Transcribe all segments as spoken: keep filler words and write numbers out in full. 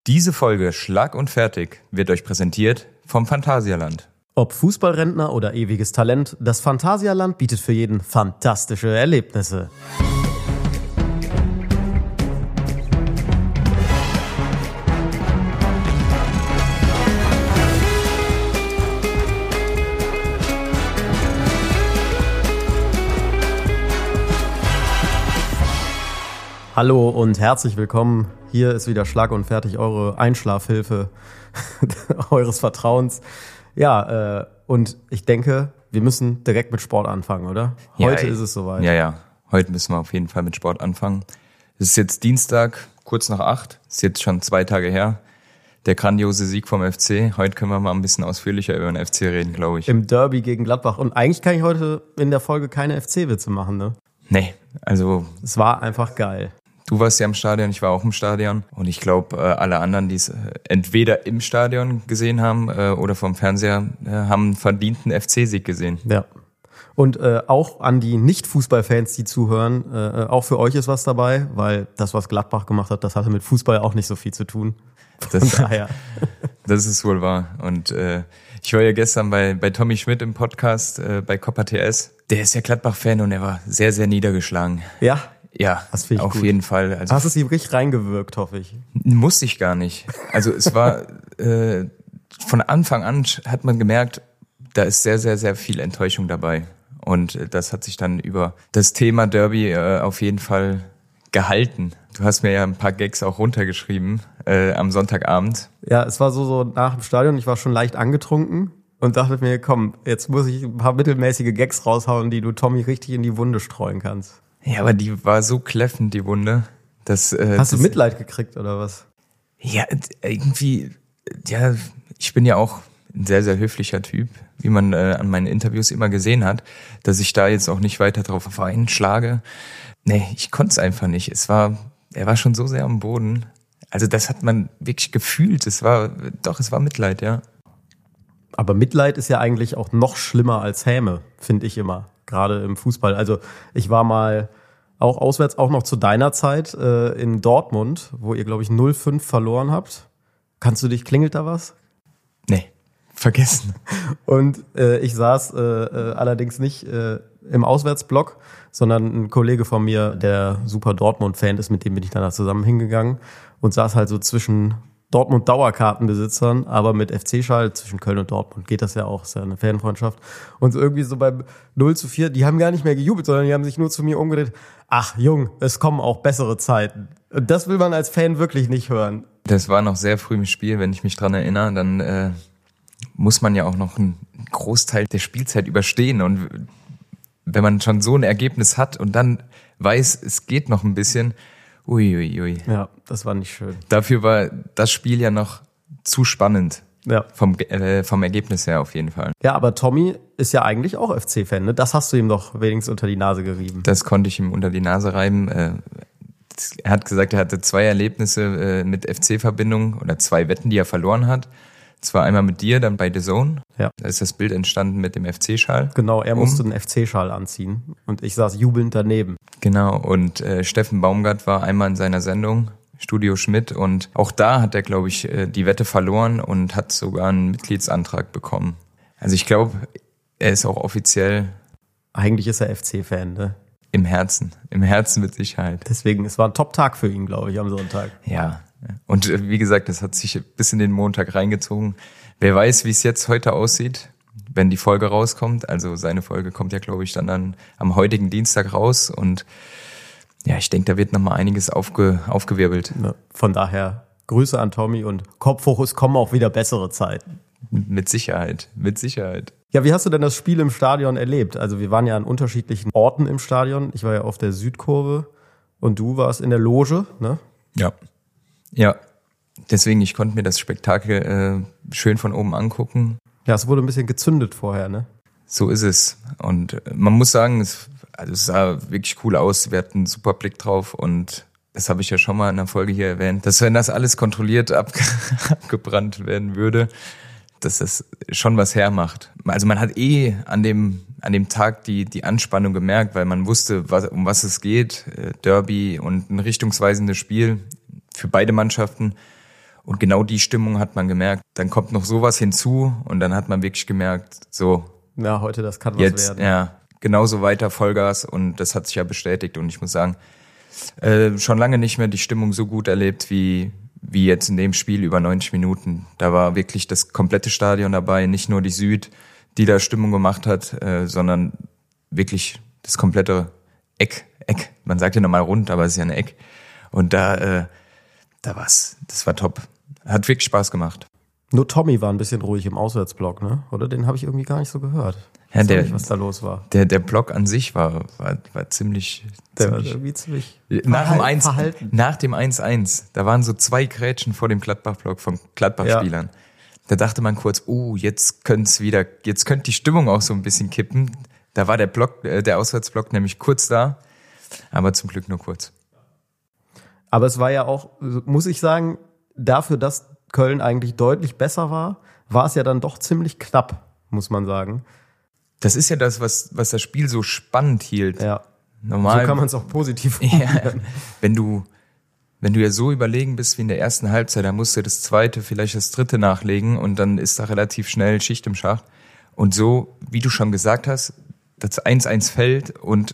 Diese Folge Schlag und Fertig wird euch präsentiert vom Phantasialand. Ob Fußballrentner oder ewiges Talent, das Phantasialand bietet für jeden fantastische Erlebnisse. Hallo und herzlich willkommen. Hier ist wieder Schlag und Fertig, eure Einschlafhilfe eures Vertrauens. Ja, äh, und ich denke, wir müssen direkt mit Sport anfangen, oder? Heute ja, ist es soweit. Ja, ja. Heute müssen wir auf jeden Fall mit Sport anfangen. Es ist jetzt Dienstag, kurz nach acht. Ist jetzt schon zwei Tage her. Der grandiose Sieg vom F C. Heute können wir mal ein bisschen ausführlicher über den F C reden, glaube ich. Im Derby gegen Gladbach. Und eigentlich kann ich heute in der Folge keine F C-Witze machen, ne? Nee, also... Es war einfach geil. Du warst ja im Stadion, ich war auch im Stadion. Und ich glaube, alle anderen, die es entweder im Stadion gesehen haben oder vom Fernseher, haben einen verdienten F C-Sieg gesehen. Ja. Und äh, auch an die Nicht-Fußballfans, die zuhören, äh, auch für euch ist was dabei, weil das, was Gladbach gemacht hat, das hatte mit Fußball auch nicht so viel zu tun. Von das, daher. Das ist wohl wahr. Und äh, ich war ja gestern bei bei Tommy Schmidt im Podcast, äh, bei Copper T S. Der ist ja Gladbach-Fan und er war sehr, sehr niedergeschlagen. Ja? Ja, das finde ich auf gut. jeden Fall. Also hast du es ihm richtig reingewirkt, hoffe ich? Musste ich gar nicht. Also es war, äh, von Anfang an hat man gemerkt, da ist sehr, sehr, sehr viel Enttäuschung dabei. Und das hat sich dann über das Thema Derby äh, auf jeden Fall gehalten. Du hast mir ja ein paar Gags auch runtergeschrieben äh, am Sonntagabend. Ja, es war so, so nach dem Stadion, ich war schon leicht angetrunken und dachte mir, komm, jetzt muss ich ein paar mittelmäßige Gags raushauen, die du Tommy richtig in die Wunde streuen kannst. Ja, aber die war so kläffend, die Wunde. Dass, äh, Hast das, du Mitleid gekriegt oder was? Ja, irgendwie, ja, ich bin ja auch ein sehr, sehr höflicher Typ, wie man äh, an meinen Interviews immer gesehen hat, dass ich da jetzt auch nicht weiter drauf einschlage. Nee, ich konnte es einfach nicht. Es war, er war schon so sehr am Boden. Also das hat man wirklich gefühlt. Es war, doch, es war Mitleid, ja. Aber Mitleid ist ja eigentlich auch noch schlimmer als Häme, finde ich immer. Gerade im Fußball. Also ich war mal auch auswärts, auch noch zu deiner Zeit äh, in Dortmund, wo ihr, glaube ich, null fünf verloren habt. Kannst du dich, klingelt da was? Nee, vergessen. Und äh, ich saß äh, äh, allerdings nicht äh, im Auswärtsblock, sondern ein Kollege von mir, der super Dortmund-Fan ist, mit dem bin ich danach zusammen hingegangen und saß halt so zwischen Dortmund-Dauerkartenbesitzern, aber mit F C-Schal zwischen Köln und Dortmund geht das ja auch, ist ja eine Fanfreundschaft. Und so irgendwie so beim null zu vier, die haben gar nicht mehr gejubelt, sondern die haben sich nur zu mir umgedreht, ach Jung, es kommen auch bessere Zeiten. Und das will man als Fan wirklich nicht hören. Das war noch sehr früh im Spiel, wenn ich mich dran erinnere, dann äh, muss man ja auch noch einen Großteil der Spielzeit überstehen. Und wenn man schon so ein Ergebnis hat und dann weiß, es geht noch ein bisschen, uiuiui. Ui, ui. Ja, das war nicht schön. Dafür war das Spiel ja noch zu spannend. Ja. Vom, äh, vom Ergebnis her auf jeden Fall. Ja, aber Tommy ist ja eigentlich auch F C-Fan, ne? Das hast du ihm doch wenigstens unter die Nase gerieben. Das konnte ich ihm unter die Nase reiben. Äh, er hat gesagt, er hatte zwei Erlebnisse äh, mit F C-Verbindung oder zwei Wetten, die er verloren hat. Zwar einmal mit dir, dann bei The Zone. Ja. Da ist das Bild entstanden mit dem F C-Schal. Genau, er um. musste einen F C-Schal anziehen und ich saß jubelnd daneben. Genau, und äh, Steffen Baumgart war einmal in seiner Sendung, Studio Schmidt, und auch da hat er, glaube ich, äh, die Wette verloren und hat sogar einen Mitgliedsantrag bekommen. Also ich glaube, er ist auch offiziell... Eigentlich ist er F C-Fan, ne? Im Herzen, im Herzen mit Sicherheit. Deswegen, es war ein Top-Tag für ihn, glaube ich, am Sonntag. Ja, und wie gesagt, das hat sich bis in den Montag reingezogen. Wer weiß, wie es jetzt heute aussieht, wenn die Folge rauskommt. Also seine Folge kommt ja, glaube ich, dann, dann am heutigen Dienstag raus. Und ja, ich denke, da wird nochmal einiges aufge, aufgewirbelt. Ja, von daher Grüße an Tommy und Kopf hoch, es kommen auch wieder bessere Zeiten. Mit Sicherheit, mit Sicherheit. Ja, wie hast du denn das Spiel im Stadion erlebt? Also wir waren ja an unterschiedlichen Orten im Stadion. Ich war ja auf der Südkurve und du warst in der Loge, ne? Ja. Ja, deswegen, ich konnte mir das Spektakel äh, schön von oben angucken. Ja, es wurde ein bisschen gezündet vorher, ne? So ist es. Und äh, man muss sagen, es, also es sah wirklich cool aus. Wir hatten einen super Blick drauf und das habe ich ja schon mal in der Folge hier erwähnt, dass wenn das alles kontrolliert ab, abgebrannt werden würde, dass das schon was hermacht. Also man hat eh an dem an dem Tag die die Anspannung gemerkt, weil man wusste, was, um was es geht. Derby und ein richtungsweisendes Spiel für beide Mannschaften. Und genau die Stimmung hat man gemerkt. Dann kommt noch sowas hinzu und dann hat man wirklich gemerkt, so. Ja, heute, das kann was jetzt, werden. Ja, genauso weiter Vollgas und das hat sich ja bestätigt und ich muss sagen, äh, schon lange nicht mehr die Stimmung so gut erlebt wie, wie jetzt in dem Spiel über neunzig Minuten. Da war wirklich das komplette Stadion dabei, nicht nur die Süd, die da Stimmung gemacht hat, äh, sondern wirklich das komplette Eck, Eck. Man sagt ja nochmal rund, aber es ist ja ein Eck. Und da, äh, da war's, das war top. Hat wirklich Spaß gemacht. Nur Tommy war ein bisschen ruhig im Auswärtsblock, ne? Oder den habe ich irgendwie gar nicht so gehört. Ich Ja, weiß der, nicht, was da los war. Der, der Block an sich war, war, war ziemlich, Der ziemlich war irgendwie ziemlich nach dem eins, verhalten. nach dem eins eins, da waren so zwei Grätschen vor dem Gladbach-Block von Gladbach-Spielern. Ja. Da dachte man kurz, oh, jetzt könnte wieder, jetzt könnte die Stimmung auch so ein bisschen kippen. Da war der Block, äh, der Auswärtsblock nämlich kurz da, aber zum Glück nur kurz. Aber es war ja auch, muss ich sagen, dafür, dass Köln eigentlich deutlich besser war, war es ja dann doch ziemlich knapp, muss man sagen. Das ist ja das, was, was das Spiel so spannend hielt. Ja. Normal, so kann man es auch positiv ja, wenn du, wenn du ja so überlegen bist wie in der ersten Halbzeit, dann musst du das zweite, vielleicht das dritte nachlegen und dann ist da relativ schnell Schicht im Schacht. Und so, wie du schon gesagt hast, das eins eins fällt und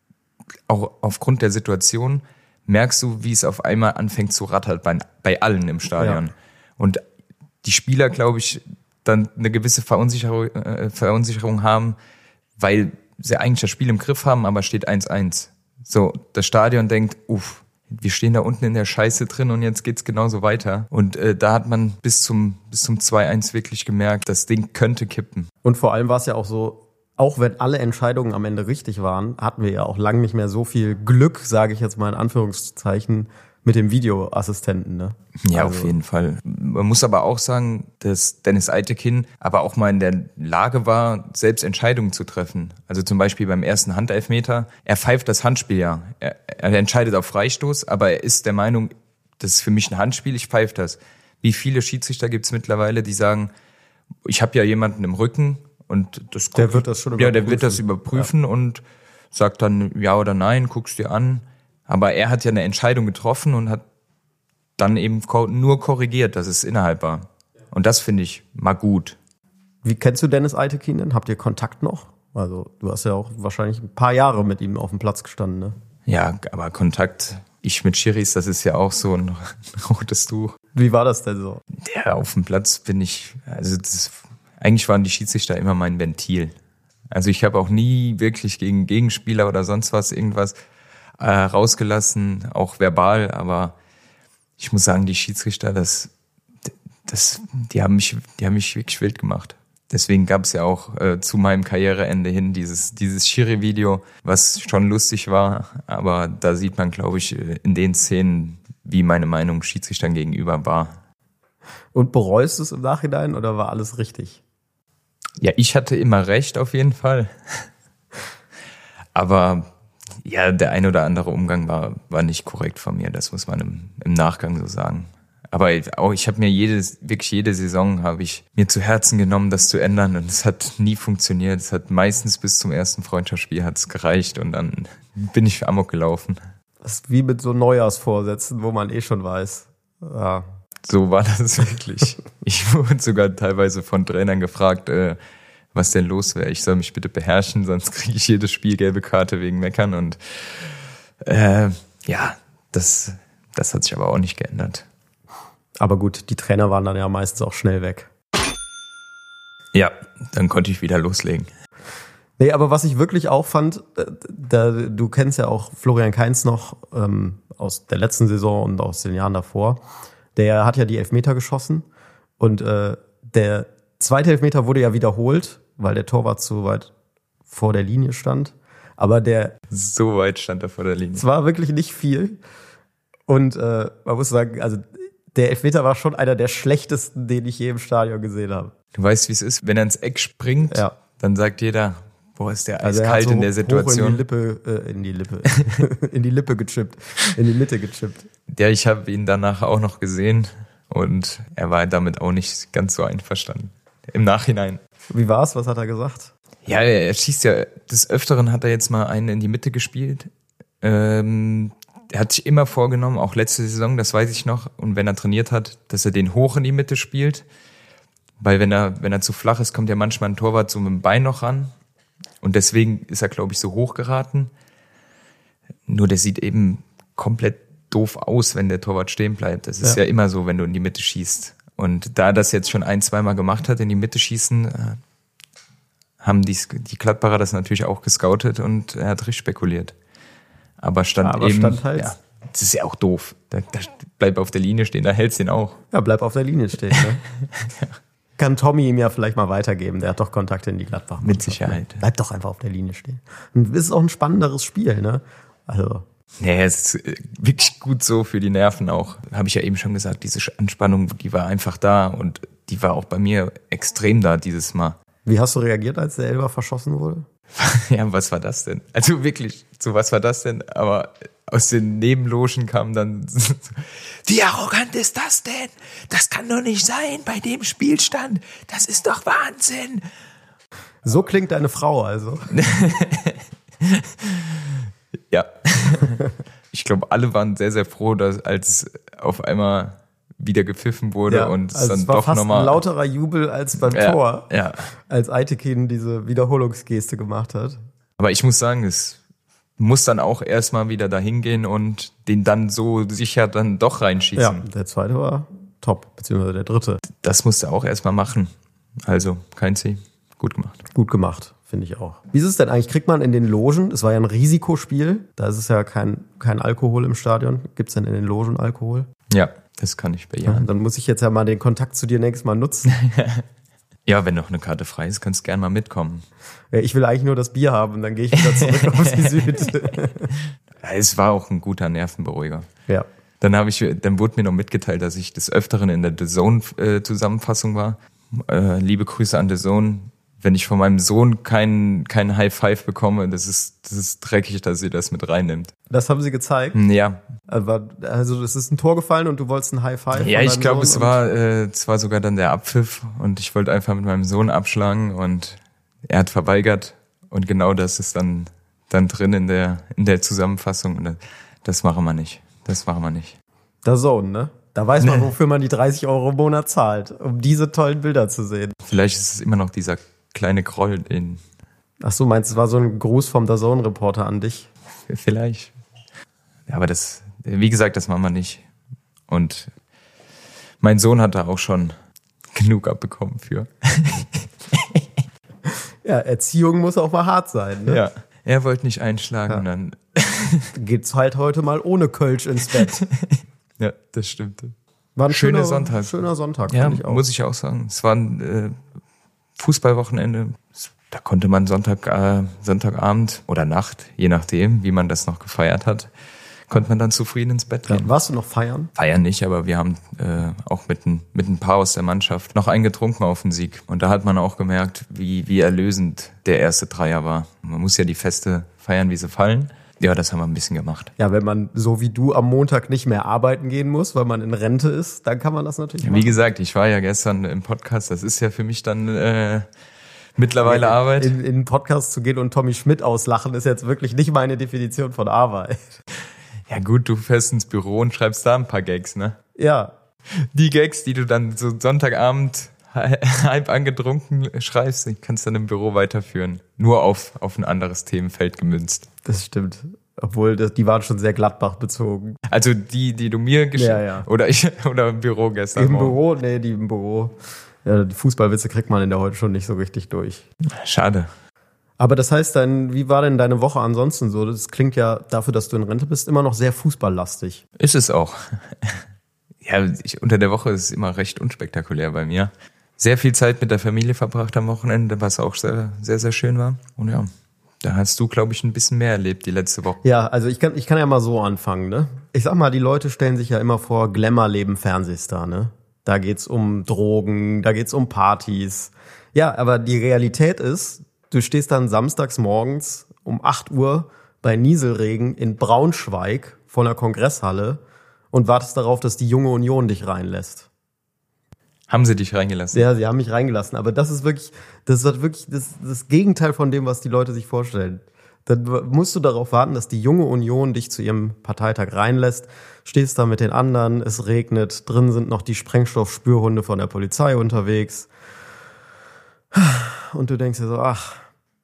auch aufgrund der Situation merkst du, wie es auf einmal anfängt zu rattern bei, bei allen im Stadion. Ja. Und die Spieler, glaube ich, dann eine gewisse Verunsicherung, äh, Verunsicherung haben, weil sie eigentlich das Spiel im Griff haben, aber steht eins eins. So, das Stadion denkt, uff, wir stehen da unten in der Scheiße drin und jetzt geht's genauso weiter. Und äh, da hat man bis zum bis zum zwei eins wirklich gemerkt, das Ding könnte kippen. Und vor allem war es ja auch so, auch wenn alle Entscheidungen am Ende richtig waren, hatten wir ja auch lang nicht mehr so viel Glück, sage ich jetzt mal in Anführungszeichen, mit dem Videoassistenten, ne? Ja, also. Auf jeden Fall. Man muss aber auch sagen, dass Dennis Eitekin aber auch mal in der Lage war, selbst Entscheidungen zu treffen. Also zum Beispiel beim ersten Handelfmeter. Er pfeift das Handspiel ja. Er, er entscheidet auf Freistoß, aber er ist der Meinung, das ist für mich ein Handspiel, ich pfeife das. Wie viele Schiedsrichter gibt's mittlerweile, die sagen, ich habe ja jemanden im Rücken und das der wird das schon überprüfen. Ja, der wird das überprüfen ja. Und sagt dann ja oder nein, guckst dir an. Aber er hat ja eine Entscheidung getroffen und hat dann eben nur korrigiert, dass es innerhalb war. Und das finde ich mal gut. Wie kennst du Dennis Eitekin denn? Habt ihr Kontakt noch? Also du hast ja auch wahrscheinlich ein paar Jahre mit ihm auf dem Platz gestanden, ne? Ja, aber Kontakt, ich mit Schiris, das ist ja auch so ein rotes Tuch. Wie war das denn so? Ja, auf dem Platz bin ich, also das, eigentlich waren die Schiedsrichter immer mein Ventil. Also ich habe auch nie wirklich gegen Gegenspieler oder sonst was irgendwas äh, rausgelassen, auch verbal, aber ich muss sagen, die Schiedsrichter, das, das, die haben mich, die haben mich wirklich wild gemacht. Deswegen gab es ja auch äh, zu meinem Karriereende hin dieses dieses Schiri-Video, was schon lustig war, aber da sieht man, glaube ich, in den Szenen, wie meine Meinung Schiedsrichtern gegenüber war. Und bereust du es im Nachhinein oder war alles richtig? Ja, ich hatte immer recht auf jeden Fall. Aber ja, der ein oder andere Umgang war war nicht korrekt von mir, das muss man im, im Nachgang so sagen. Aber auch ich habe mir jede, wirklich jede Saison habe ich mir zu Herzen genommen, das zu ändern und es hat nie funktioniert. Es hat meistens bis zum ersten Freundschaftsspiel hat's gereicht und dann bin ich amok gelaufen. Das ist wie mit so Neujahrsvorsätzen, wo man eh schon weiß. Ja. So war das wirklich. Ich wurde sogar teilweise von Trainern gefragt, äh, was denn los wäre. Ich soll mich bitte beherrschen, sonst kriege ich jedes Spiel gelbe Karte wegen Meckern und äh, ja, das, das hat sich aber auch nicht geändert. Aber gut, die Trainer waren dann ja meistens auch schnell weg. Ja, dann konnte ich wieder loslegen. Nee, aber was ich wirklich auch fand, da, du kennst ja auch Florian Kainz noch ähm, aus der letzten Saison und aus den Jahren davor. Der hat ja die Elfmeter geschossen und äh, der zweite Elfmeter wurde ja wiederholt, weil der Torwart zu weit vor der Linie stand. Aber der... So weit stand er vor der Linie. Es war wirklich nicht viel. Und äh, man muss sagen, also... Der Elfmeter war schon einer der schlechtesten, den ich je im Stadion gesehen habe. Du weißt, wie es ist, wenn er ins Eck springt, ja. Dann sagt jeder, boah, ist der also eiskalt so in der Situation. In die Lippe, äh, in die Lippe, in die Lippe gechippt, in die Mitte gechippt. Ja, ich habe ihn danach auch noch gesehen und er war damit auch nicht ganz so einverstanden. Im Nachhinein. Wie war's? Was hat er gesagt? Ja, er schießt ja, des Öfteren hat er jetzt mal einen in die Mitte gespielt. Ähm, er hat sich immer vorgenommen, auch letzte Saison, das weiß ich noch, und wenn er trainiert hat, dass er den hoch in die Mitte spielt. Weil wenn er, wenn er zu flach ist, kommt ja manchmal ein Torwart so mit dem Bein noch ran. Und deswegen ist er, glaube ich, so hoch geraten. Nur der sieht eben komplett doof aus, wenn der Torwart stehen bleibt. Das ist ja, ja immer so, wenn du in die Mitte schießt. Und da er das jetzt schon ein-, zweimal gemacht hat, in die Mitte schießen, äh, haben die, die Gladbacher das natürlich auch gescoutet und er hat richtig spekuliert. Aber stand ja, aber eben, stand halt, ja, das ist ja auch doof. Da, da bleib auf der Linie stehen, da hältst du ihn auch. Ja, bleib auf der Linie stehen. Ne? ja. Kann Tommy ihm ja vielleicht mal weitergeben. Der hat doch Kontakte in die Gladbacher. Mit Sicherheit. Bleib doch einfach auf der Linie stehen. Und es ist auch ein spannenderes Spiel, ne? Also. Nee, es ist wirklich gut so für die Nerven auch. Habe ich ja eben schon gesagt, diese Anspannung, die war einfach da und die war auch bei mir extrem da dieses Mal. Wie hast du reagiert, als der Elfer verschossen wurde? Ja, was war das denn? Also wirklich, so was war das denn? Aber aus den Nebenlogen kam dann, wie arrogant ist das denn? Das kann doch nicht sein bei dem Spielstand. Das ist doch Wahnsinn. So klingt deine Frau also. Ja. Ich glaube, alle waren sehr, sehr froh, dass als auf einmal wieder gepfiffen wurde ja, und es also dann es war doch fast nochmal ein lauterer Jubel als beim ja, Tor, ja. als Eitekin diese Wiederholungsgeste gemacht hat. Aber ich muss sagen, es muss dann auch erstmal wieder dahin gehen und den dann so sicher dann doch reinschießen. Ja, der zweite war top, beziehungsweise der dritte. Das musste er auch erstmal machen. Also, kein C. Gut gemacht. Gut gemacht, finde ich auch. Wie ist es denn eigentlich? Kriegt man in den Logen, es war ja ein Risikospiel, da ist es ja kein, kein Alkohol im Stadion. Gibt es denn in den Logen Alkohol? Ja, das kann ich bejahen. Ja, dann muss ich jetzt ja mal den Kontakt zu dir nächstes Mal nutzen. Ja, wenn noch eine Karte frei ist, kannst du gerne mal mitkommen. Ja, ich will eigentlich nur das Bier haben, dann gehe ich wieder zurück auf die Süd. Es war auch ein guter Nervenberuhiger. Ja. Dann habe ich, dann wurde mir noch mitgeteilt, dass ich des Öfteren in der The Zone-Zusammenfassung war. Äh, liebe Grüße an The Zone. Wenn ich von meinem Sohn keinen kein High Five bekomme, das ist, das ist dreckig, dass sie das mit reinnimmt. Das haben sie gezeigt? Ja. Also es ist ein Tor gefallen und du wolltest ein High Five? Ja, ich glaube, es war, äh, es war sogar dann der Abpfiff und ich wollte einfach mit meinem Sohn abschlagen und er hat verweigert und genau das ist dann, dann drin in der, in der Zusammenfassung und das machen wir nicht. Das machen wir nicht. The Zone, ne? Da weiß man, wofür man die dreißig Euro im Monat zahlt, um diese tollen Bilder zu sehen. Vielleicht ist es immer noch dieser kleine Groll, den... Ach so, meinst du, es war so ein Gruß vom The Zone-Reporter an dich? Vielleicht. Ja, aber das, wie gesagt, das machen wir nicht. Und mein Sohn hat da auch schon genug abbekommen für. Ja, Erziehung muss auch mal hart sein, ne? Ja, er wollte nicht einschlagen, ja. Dann geht's halt heute mal ohne Kölsch ins Bett. Ja, das stimmt. War ein schöner schöner Sonntag. Schöner Sonntag, ja, ich auch. Muss ich auch sagen. Es war ein äh, Fußballwochenende. Da konnte man Sonntag, äh, Sonntagabend oder Nacht, je nachdem, wie man das noch gefeiert hat, konnte man dann zufrieden ins Bett gehen. Ja, warst du noch feiern? Feiern nicht, aber wir haben äh, auch mit ein, mit ein paar aus der Mannschaft noch einen getrunken auf den Sieg. Und da hat man auch gemerkt, wie, wie erlösend der erste Dreier war. Man muss ja die Feste feiern, wie sie fallen. Ja, das haben wir ein bisschen gemacht. Ja, wenn man so wie du am Montag nicht mehr arbeiten gehen muss, weil man in Rente ist, dann kann man das natürlich machen. Wie gesagt, ich war ja gestern im Podcast, das ist ja für mich dann äh, mittlerweile in, Arbeit. In, in einen Podcast zu gehen und Tommy Schmidt auslachen, ist jetzt wirklich nicht meine Definition von Arbeit. Ja gut, du fährst ins Büro und schreibst da ein paar Gags, ne? Ja. Die Gags, die du dann so Sonntagabend halb angetrunken schreibst, die kannst du dann im Büro weiterführen. Nur auf, auf ein anderes Themenfeld gemünzt. Das stimmt. Obwohl, das, die waren schon sehr Gladbach bezogen. Also die, die du mir geschickt ja, ja. Oder ich oder im Büro gestern Im morgen. Büro? Nee, die im Büro. Ja, die Fußballwitze kriegt man in der heute schon nicht so richtig durch. Schade. Aber das heißt dann, wie war denn deine Woche ansonsten so? Das klingt ja dafür, dass du in Rente bist, immer noch sehr fußballlastig. Ist es auch. Ja, ich, unter der Woche ist es immer recht unspektakulär bei mir. Sehr viel Zeit mit der Familie verbracht am Wochenende, was auch sehr, sehr, sehr schön war. Und ja, da hast du, glaube ich, ein bisschen mehr erlebt die letzte Woche. Ja, also ich kann, ich kann ja mal so anfangen, ne? Ich sag mal, die Leute stellen sich ja immer vor, Glamour-Leben Fernsehstar, ne? Da geht's um Drogen, da geht's um Partys. Ja, aber die Realität ist, du stehst dann samstags morgens um acht Uhr bei Nieselregen in Braunschweig vor einer Kongresshalle und wartest darauf, dass die junge Union dich reinlässt. Haben sie dich reingelassen? Ja, sie haben mich reingelassen. Aber das ist wirklich, das ist wirklich das, das Gegenteil von dem, was die Leute sich vorstellen. Dann musst du darauf warten, dass die junge Union dich zu ihrem Parteitag reinlässt. Stehst da mit den anderen, es regnet, drin sind noch die Sprengstoffspürhunde von der Polizei unterwegs. Und du denkst dir so, ach,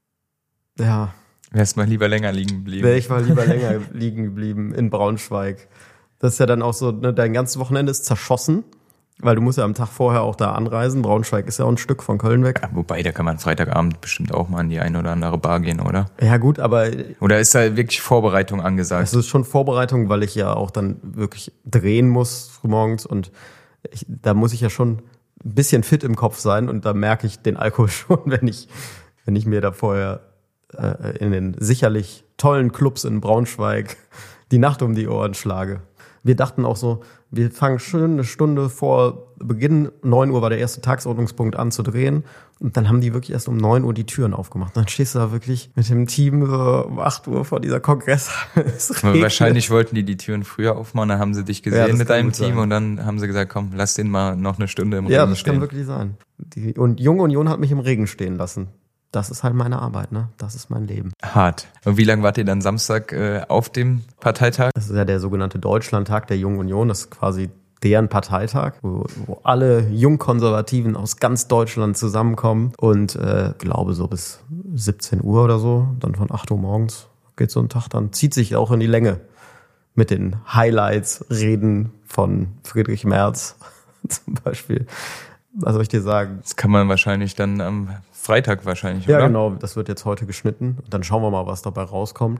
ja. Wärst mal lieber länger liegen geblieben. Wäre ich mal lieber länger liegen geblieben in Braunschweig. Das ist ja dann auch so, ne, dein ganzes Wochenende ist zerschossen. Weil du musst ja am Tag vorher auch da anreisen. Braunschweig ist ja auch ein Stück von Köln weg. Ja, wobei, da kann man Freitagabend bestimmt auch mal in die eine oder andere Bar gehen, oder? Ja gut, aber... Oder ist da wirklich Vorbereitung angesagt? Es ist schon Vorbereitung, weil ich ja auch dann wirklich drehen muss morgens. Und ich, da muss ich ja schon ein bisschen fit im Kopf sein. Und da merke ich den Alkohol schon, wenn ich, wenn ich mir da vorher äh, in den sicherlich tollen Clubs in Braunschweig die Nacht um die Ohren schlage. Wir dachten auch so, wir fangen schön eine Stunde vor Beginn, neun Uhr war der erste Tagesordnungspunkt an zu drehen. Und dann haben die wirklich erst um neun Uhr die Türen aufgemacht. Und dann stehst du da wirklich mit dem Team so um acht Uhr vor dieser Kongress. Wahrscheinlich wollten die die Türen früher aufmachen, dann haben sie dich gesehen Ja, mit deinem Team sein. Und dann haben sie gesagt, komm, lass den mal noch eine Stunde im Ja, Regen das stehen. kann wirklich sein. Die, und Junge Union hat mich im Regen stehen lassen. Das ist halt meine Arbeit, ne? Das ist mein Leben. Hart. Und wie lange wart ihr dann Samstag äh, auf dem Parteitag? Das ist ja der sogenannte Deutschlandtag der Jungen Union. Das ist quasi deren Parteitag, wo, wo alle Jungkonservativen aus ganz Deutschland zusammenkommen und äh, glaube so bis siebzehn Uhr oder so, dann von acht Uhr morgens geht so ein Tag, dann zieht sich auch in die Länge mit den Highlights, Reden von Friedrich Merz zum Beispiel. Was soll ich dir sagen? Das kann man wahrscheinlich dann am Freitag wahrscheinlich, Ja, oder? genau, das wird jetzt heute geschnitten und dann schauen wir mal, was dabei rauskommt.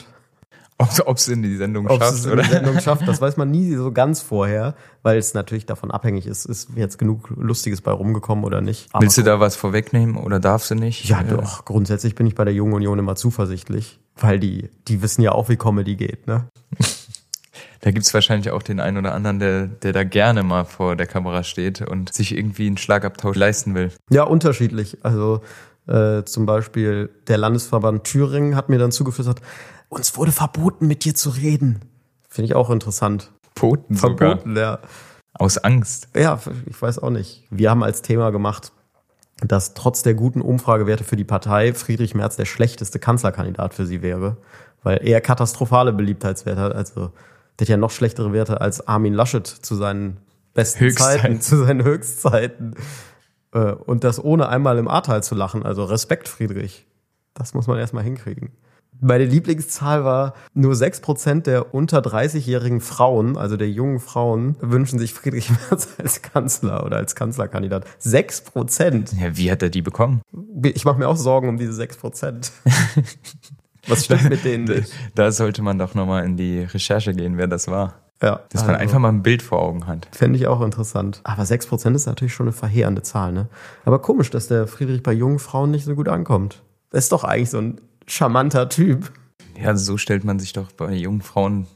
Ob es in die Sendung Ob schafft, es in oder? die Sendung schafft, das weiß man nie so ganz vorher, weil es natürlich davon abhängig ist, ist jetzt genug Lustiges bei rumgekommen oder nicht. Aber Willst du da was vorwegnehmen oder darfst du nicht? ja, Äh, doch. Grundsätzlich bin ich bei der Jungen Union immer zuversichtlich, weil die, die wissen ja auch, wie Comedy geht, ne? Da gibt's wahrscheinlich auch den einen oder anderen, der, der da gerne mal vor der Kamera steht und sich irgendwie einen Schlagabtausch leisten will. Ja, unterschiedlich. Also äh, zum Beispiel der Landesverband Thüringen hat mir dann zugeflüstert, uns wurde verboten, mit dir zu reden. Finde ich auch interessant. Poten sogar. Verboten, ja. Aus Angst. Ja, ich weiß auch nicht. Wir haben als Thema gemacht, dass trotz der guten Umfragewerte für die Partei Friedrich Merz der schlechteste Kanzlerkandidat für sie wäre, weil er katastrophale Beliebtheitswerte hat. Also der hat ja noch schlechtere Werte als Armin Laschet zu seinen besten Höchstzeiten. Zeiten, zu seinen Höchstzeiten. Und das ohne einmal im Ahrtal zu lachen. Also Respekt, Friedrich. Das muss man erstmal hinkriegen. Meine Lieblingszahl war, nur sechs Prozent der unter dreißigjährigen Frauen, also der jungen Frauen, wünschen sich Friedrich Merz als Kanzler oder als Kanzlerkandidat. Sechs Prozent. Ja, wie hat er die bekommen? Ich mache mir auch Sorgen um diese sechs Prozent. Was stimmt mit denen nicht? Da sollte man doch nochmal in die Recherche gehen, wer das war. Ja, Dass man einfach mal ein Bild vor Augen hat. Fände ich auch interessant. Aber sechs Prozent ist natürlich schon eine verheerende Zahl, ne? Aber komisch, dass der Friedrich bei jungen Frauen nicht so gut ankommt. Das ist doch eigentlich so ein charmanter Typ. Ja, so stellt man sich doch bei jungen Frauen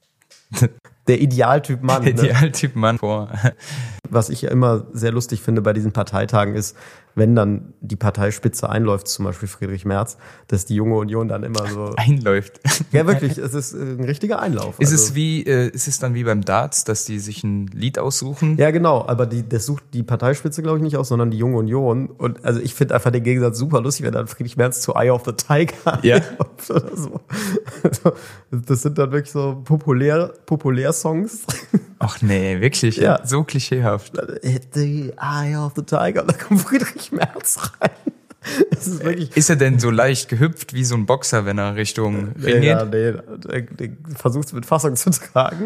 Der Idealtyp Mann. der Ne? Idealtyp Mann vor. Was ich ja immer sehr lustig finde bei diesen Parteitagen ist, wenn dann die Parteispitze einläuft, zum Beispiel Friedrich Merz, dass die Junge Union dann immer so... Einläuft. Ja, wirklich, es ist ein richtiger Einlauf. Ist Also- es wie, äh, ist es dann wie beim Darts, dass die sich ein Lied aussuchen? Ja, genau, aber die, das sucht die Parteispitze, glaube ich, nicht aus, sondern die Junge Union. Und also ich finde einfach den Gegensatz super lustig, wenn dann Friedrich Merz zu Eye of the Tiger Ja. einläuft oder so. Also, das sind dann wirklich so populär, Populärsongs. Ach nee, wirklich? Ja. So klischeehaft. Hit the Eye of the Tiger. Und da kommt Friedrich Merz rein. Das ist wirklich... Ist er denn so leicht gehüpft wie so ein Boxer, wenn er Richtung Ring Ja, geht? nee, der, der versucht es mit Fassung zu tragen.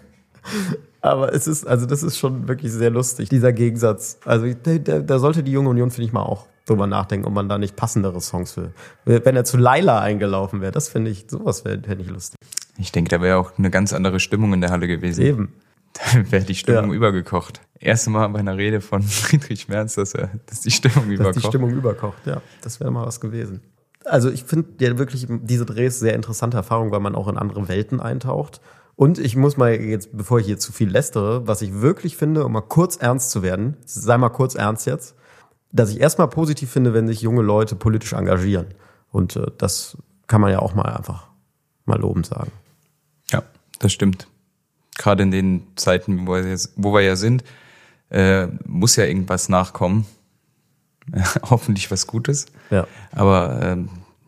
Aber es ist, also das ist schon wirklich sehr lustig, dieser Gegensatz. Also da sollte die Junge Union, finde ich mal, auch drüber nachdenken, ob man da nicht passendere Songs will. Wenn er zu Laila eingelaufen wäre, das finde ich, sowas wäre wär nicht lustig. Ich denke, da wäre auch eine ganz andere Stimmung in der Halle gewesen. Eben. Da wäre die Stimmung Ja. übergekocht. Erste Mal bei einer Rede von Friedrich Merz, dass, er, dass die Stimmung Dass überkocht. die Stimmung überkocht, ja. Das wäre mal was gewesen. Also ich finde ja wirklich diese Drehs sehr interessante Erfahrung, weil man auch in andere Welten eintaucht. Und ich muss mal jetzt, bevor ich hier zu viel lästere, was ich wirklich finde, um mal kurz ernst zu werden, sei mal kurz ernst jetzt, dass ich erstmal positiv finde, wenn sich junge Leute politisch engagieren. Und äh, das kann man ja auch mal einfach mal lobend sagen. Ja, das stimmt. Gerade in den Zeiten, wo wir, jetzt, wo wir ja sind, äh, muss ja irgendwas nachkommen. Hoffentlich was Gutes. Ja. Aber ähm,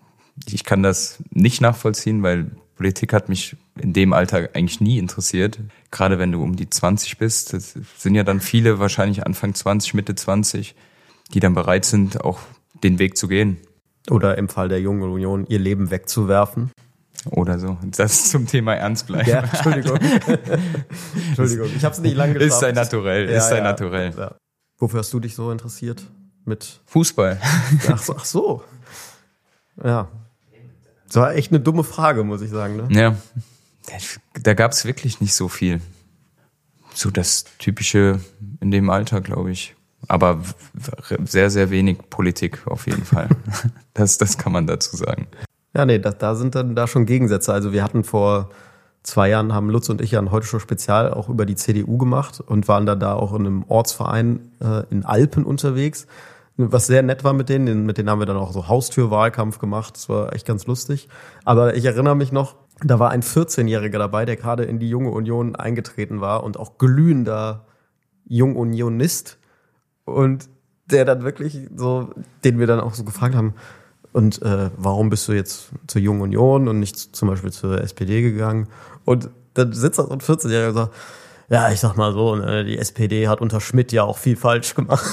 ich kann das nicht nachvollziehen, weil Politik hat mich in dem Alter eigentlich nie interessiert. Gerade wenn du um die zwanzig bist, das sind ja dann viele wahrscheinlich Anfang zwanzig, Mitte zwanzig, die dann bereit sind, auch den Weg zu gehen. Oder im Fall der Jungen Union ihr Leben wegzuwerfen. Oder so. Das zum Thema ernst bleiben. Ja, Entschuldigung. Entschuldigung, ich habe es nicht lange geschafft. Ist sein Naturell, ja, ist sein ja, Naturell. Ja. Wofür hast du dich so interessiert? Mit Fußball. Ach so, ach so. Ja. Das war echt eine dumme Frage, muss ich sagen. Ne? Ja, da gab es wirklich nicht so viel. So das Typische in dem Alter, glaube ich. Aber sehr, sehr wenig Politik auf jeden Fall. Das, das kann man dazu sagen. Ja, nee, da, da sind dann da schon Gegensätze. Also wir hatten vor zwei Jahren, haben Lutz und ich ja ein Heute Show Spezial auch über die C D U gemacht und waren dann da auch in einem Ortsverein äh, in Alpen unterwegs. Was sehr nett war mit denen, mit denen haben wir dann auch so Haustürwahlkampf gemacht. Das war echt ganz lustig. Aber ich erinnere mich noch, da war ein vierzehnjähriger dabei, der gerade in die Junge Union eingetreten war und auch glühender Jungunionist. Und der dann wirklich so, den wir dann auch so gefragt haben, und äh, warum bist du jetzt zur Jungen Union und nicht zum Beispiel zur S P D gegangen? Und dann sitzt da so ein vierzehnjähriger und sagt, ja, ich sag mal so, ne, die S P D hat unter Schmidt ja auch viel falsch gemacht.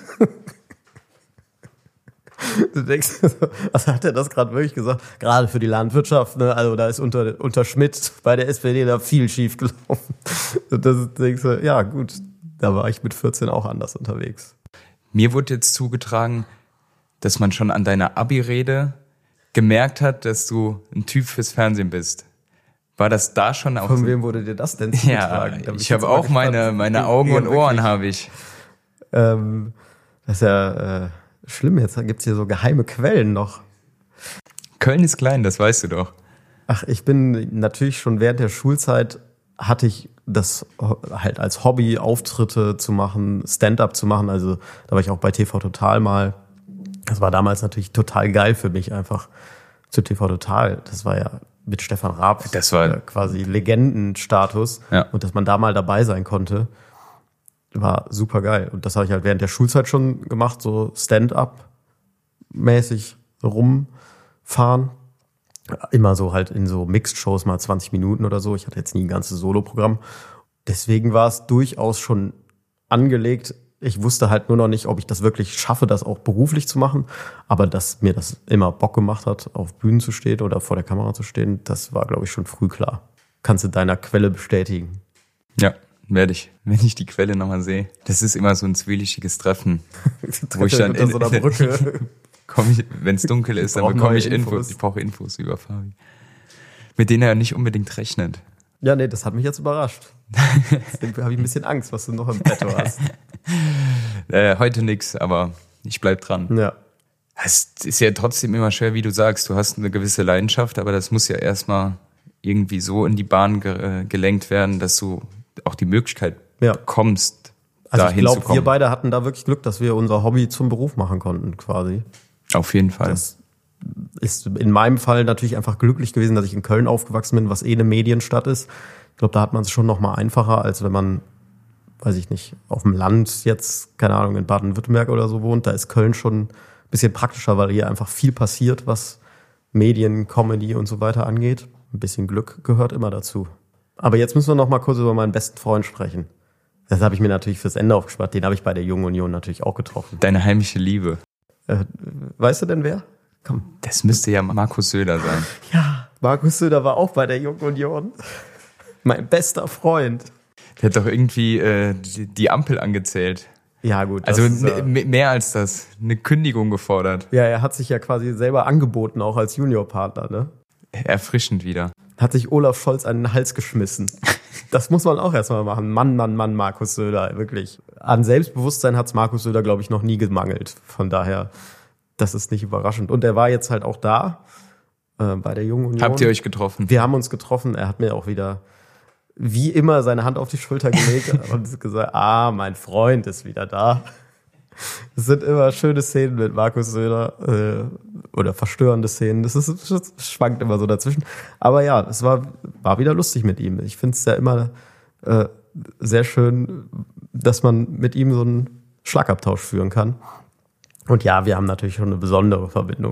Du denkst, also hat er das gerade wirklich gesagt? Gerade für die Landwirtschaft, ne? Also da ist unter, unter Schmidt bei der S P D da viel schief gelaufen. Und das denkst du, ja gut, da war ich mit vierzehn auch anders unterwegs. Mir wurde jetzt zugetragen, dass man schon an deiner Abi-Rede gemerkt hat, dass du ein Typ fürs Fernsehen bist. War das da schon auch Von so? wem wurde dir das denn zugetragen? Ja, ich, ich habe auch meine, meine Augen und Ohren habe ich. Ähm, das ist ja äh, schlimm, jetzt gibt's hier so geheime Quellen noch. Köln ist klein, das weißt du doch. Ach, ich bin natürlich schon während der Schulzeit hatte ich das halt als Hobby, Auftritte zu machen, Stand-up zu machen. Also da war ich auch bei T V Total mal. Das war damals natürlich total geil für mich einfach zu T V Total. Das war ja mit Stefan Raab das war quasi Legendenstatus. Ja. Und dass man da mal dabei sein konnte, war super geil. Und das habe ich halt während der Schulzeit schon gemacht, so Stand-up-mäßig rumfahren. Immer so halt in so Mixed-Shows mal zwanzig Minuten oder so. Ich hatte jetzt nie ein ganzes Solo-Programm. Deswegen war es durchaus schon angelegt. Ich wusste halt nur noch nicht, ob ich das wirklich schaffe, das auch beruflich zu machen. Aber dass mir das immer Bock gemacht hat, auf Bühnen zu stehen oder vor der Kamera zu stehen, das war, glaube ich, schon früh klar. Kannst du deiner Quelle bestätigen? Ja, werde ich, wenn ich die Quelle nochmal sehe. Das ist immer so ein zwielichtiges Treffen. Wo ich dann in so einer Brücke. Wenn es dunkel ist, dann bekomme ich Infos. Infos. Ich brauche Infos über Fabi. Mit denen er nicht unbedingt rechnet. Ja, nee, das hat mich jetzt überrascht. Deswegen habe ich ein bisschen Angst, was du noch im Petto hast. Äh, heute nix, aber ich bleib dran. Ja. Es ist ja trotzdem immer schwer, wie du sagst. Du hast eine gewisse Leidenschaft, aber das muss ja erstmal irgendwie so in die Bahn ge- gelenkt werden, dass du auch die Möglichkeit ja. bekommst, also da ich glaube, hinzukommen. wir beide hatten da wirklich Glück, dass wir unser Hobby zum Beruf machen konnten, quasi. Auf jeden Fall. Das ist in meinem Fall natürlich einfach glücklich gewesen, dass ich in Köln aufgewachsen bin, was eh eine Medienstadt ist. Ich glaube, da hat man es schon noch mal einfacher, als wenn man, weiß ich nicht, auf dem Land jetzt, keine Ahnung, in Baden-Württemberg oder so wohnt. Da ist Köln schon ein bisschen praktischer, weil hier einfach viel passiert, was Medien, Comedy und so weiter angeht. Ein bisschen Glück gehört immer dazu. Aber jetzt müssen wir noch mal kurz über meinen besten Freund sprechen. Das habe ich mir natürlich fürs Ende aufgespart. Den habe ich bei der Jungen Union natürlich auch getroffen. Deine heimliche Liebe. Äh, weißt du denn wer? Komm. Das müsste ja Markus Söder sein. Ja, Markus Söder war auch bei der Jungen Union. Mein bester Freund. Der hat doch irgendwie äh, die, die Ampel angezählt. Ja, gut. Also ist, äh, n- mehr als das. Eine Kündigung gefordert. Ja, er hat sich ja quasi selber angeboten, auch als Juniorpartner, ne? Erfrischend wieder. Hat sich Olaf Scholz an den Hals geschmissen. Das muss man auch erstmal machen. Mann, Mann, Mann, Markus Söder, wirklich. An Selbstbewusstsein hat's Markus Söder, glaube ich, noch nie gemangelt. Von daher, das ist nicht überraschend. Und er war jetzt halt auch da, äh, bei der Jungen Union. Habt ihr euch getroffen? Wir haben uns getroffen. Er hat mir auch wieder, wie immer, seine Hand auf die Schulter gelegt und gesagt, ah, mein Freund ist wieder da. Es sind immer schöne Szenen mit Markus Söder äh, oder verstörende Szenen. Das, ist, das schwankt immer so dazwischen. Aber ja, es war, war wieder lustig mit ihm. Ich finde es ja immer äh, sehr schön, dass man mit ihm so einen Schlagabtausch führen kann. Und ja, wir haben natürlich schon eine besondere Verbindung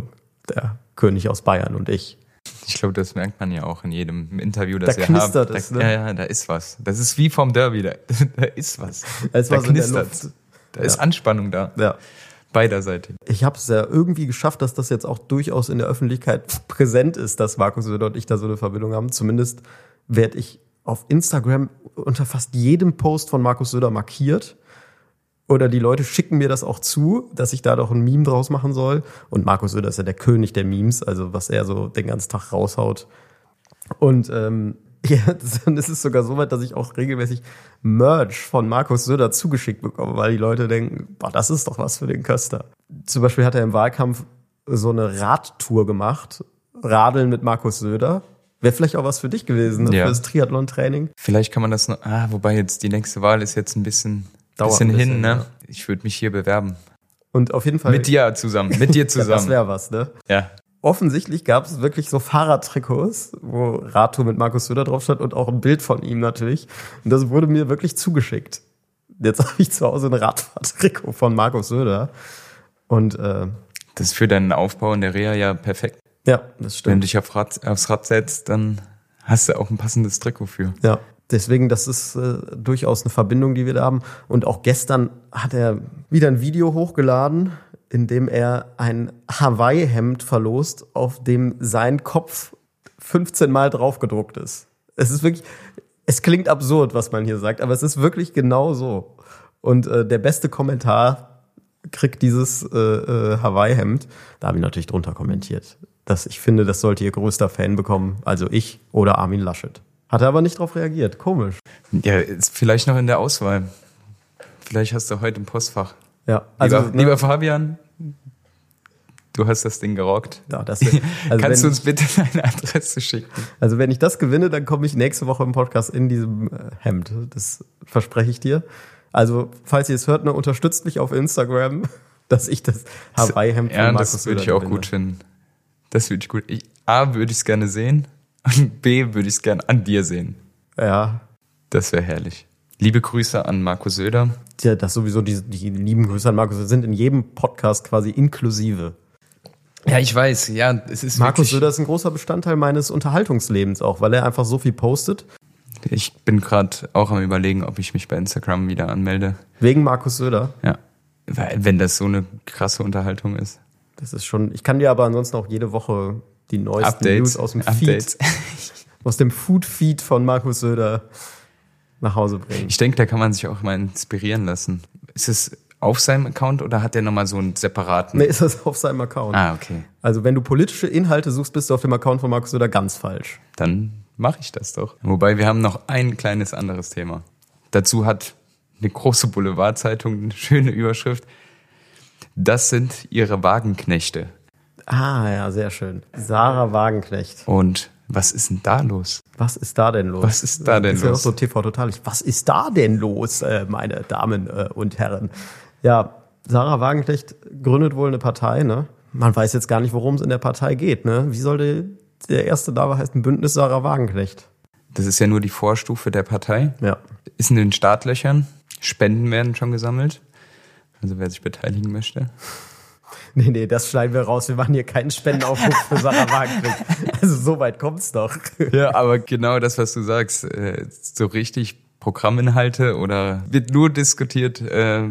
der König aus Bayern und ich. Ich glaube, das merkt man ja auch in jedem Interview, Da das ihr knistert habt. es, Da, ne? Ja, ja, da ist was. Das ist wie vom Derby, da, da ist was. Es Da war so in der knistert's. Luft. Da ist Ja. Anspannung da. Ja. Beiderseitig. Ich habe es ja irgendwie geschafft, dass das jetzt auch durchaus in der Öffentlichkeit präsent ist, dass Markus Söder und ich da so eine Verbindung haben. Zumindest werde ich auf Instagram unter fast jedem Post von Markus Söder markiert. Oder die Leute schicken mir das auch zu, dass ich da doch ein Meme draus machen soll. Und Markus Söder ist ja der König der Memes, also was er so den ganzen Tag raushaut. Und ähm, ja, es ist sogar so weit, dass ich auch regelmäßig Merch von Markus Söder zugeschickt bekomme, weil die Leute denken, boah, das ist doch was für den Köster. Zum Beispiel hat er im Wahlkampf so eine Radtour gemacht, Radeln mit Markus Söder. Wäre vielleicht auch was für dich gewesen, ne? Ja. Für das Triathlon-Training. Vielleicht kann man das noch, ah, wobei jetzt die nächste Wahl ist jetzt ein bisschen, Dauert bisschen, ein bisschen, hin, ne? ja. Ich würde mich hier bewerben. Und auf jeden Fall. Mit dir zusammen, mit dir Ja, zusammen. das wäre was, ne? Ja. Offensichtlich gab es wirklich so Fahrradtrikots, wo Radtour mit Markus Söder drauf stand und auch ein Bild von ihm natürlich. Und das wurde mir wirklich zugeschickt. Jetzt habe ich zu Hause ein Radfahrtrikot von Markus Söder. Und äh, Das ist für deinen Aufbau in der Reha ja perfekt. ja, das Wenn du stimmt. dich auf Rad, aufs Rad setzt, dann hast du auch ein passendes Trikot für. Ja, deswegen, das ist äh, durchaus eine Verbindung, die wir da haben. Und auch gestern hat er wieder ein Video hochgeladen, in dem er ein Hawaii-Hemd verlost, auf dem sein Kopf fünfzehn Mal draufgedruckt ist. Es ist wirklich, es klingt absurd, was man hier sagt, aber es ist wirklich genau so. Und äh, der beste Kommentar kriegt dieses äh, äh, Hawaii-Hemd. Da habe ich natürlich drunter kommentiert. Dass ich finde, das sollte ihr größter Fan bekommen, also ich oder Armin Laschet. Hat er aber nicht darauf reagiert. Komisch. Ja, ist vielleicht noch in der Auswahl. Vielleicht hast du heute im Postfach. Ja, also lieber, ne, lieber Fabian, du hast das Ding gerockt. ja, das wär, also Kannst du wenn, uns bitte deine Adresse schicken? also wenn ich das gewinne, dann komme ich nächste Woche im Podcast in diesem äh, Hemd. Das verspreche ich dir. Also, falls ihr es hört, ne, unterstützt mich auf Instagram, dass ich das Hawaii-Hemd Ja, von Markus das würde Söder ich auch gewinne. gut finden. Das würde ich gut. Ich, A, würde ich es gerne sehen und B, würde ich es gerne an dir sehen. Ja, Das wäre herrlich. Liebe Grüße an Markus Söder. ja, das sowieso, die, die lieben Grüße an Markus Söder sind in jedem Podcast quasi inklusive. Ja, ich weiß. Ja, es ist Markus wirklich, Söder ist ein großer Bestandteil meines Unterhaltungslebens auch, weil er einfach so viel postet. Ich bin gerade auch am Überlegen, ob ich mich bei Instagram wieder anmelde. Wegen Markus Söder. Ja, weil wenn das so eine krasse Unterhaltung ist. Das ist schon, ich kann dir aber ansonsten auch jede Woche die neuesten Updates News aus dem Updates. Feed, aus dem Food-Feed von Markus Söder nach Hause bringen. Ich denke, da kann man sich auch mal inspirieren lassen. Ist es auf seinem Account oder hat der nochmal so einen separaten? Nee, ist das auf seinem Account. Ah, okay. Also wenn du politische Inhalte suchst, bist du auf dem Account von Markus Söder ganz falsch. Dann mache ich das doch. Wobei, wir haben noch ein kleines anderes Thema. Dazu hat eine große Boulevardzeitung eine schöne Überschrift. Das sind ihre Wagenknechte. Ah ja, sehr schön. Sarah Wagenknecht. Und was ist denn da los? Was ist da denn los? Was ist da denn ist ja los? auch so T V Total. Was ist da denn los, äh, meine Damen äh, und Herren? Ja, Sarah Wagenknecht gründet wohl eine Partei, ne? Man weiß jetzt gar nicht, worum es in der Partei geht, ne? Wie sollte der erste Name heißen? Bündnis Sarah Wagenknecht. Das ist ja nur die Vorstufe der Partei. Ja. Ist in den Startlöchern. Spenden werden schon gesammelt. Also wer sich beteiligen möchte. Nee, nee, das schneiden wir raus. Wir machen hier keinen Spendenaufruf für Sarah Wagenknecht. Also so weit kommt's doch. Ja, aber genau das, was du sagst, äh, so richtig Programminhalte oder wird nur diskutiert, äh,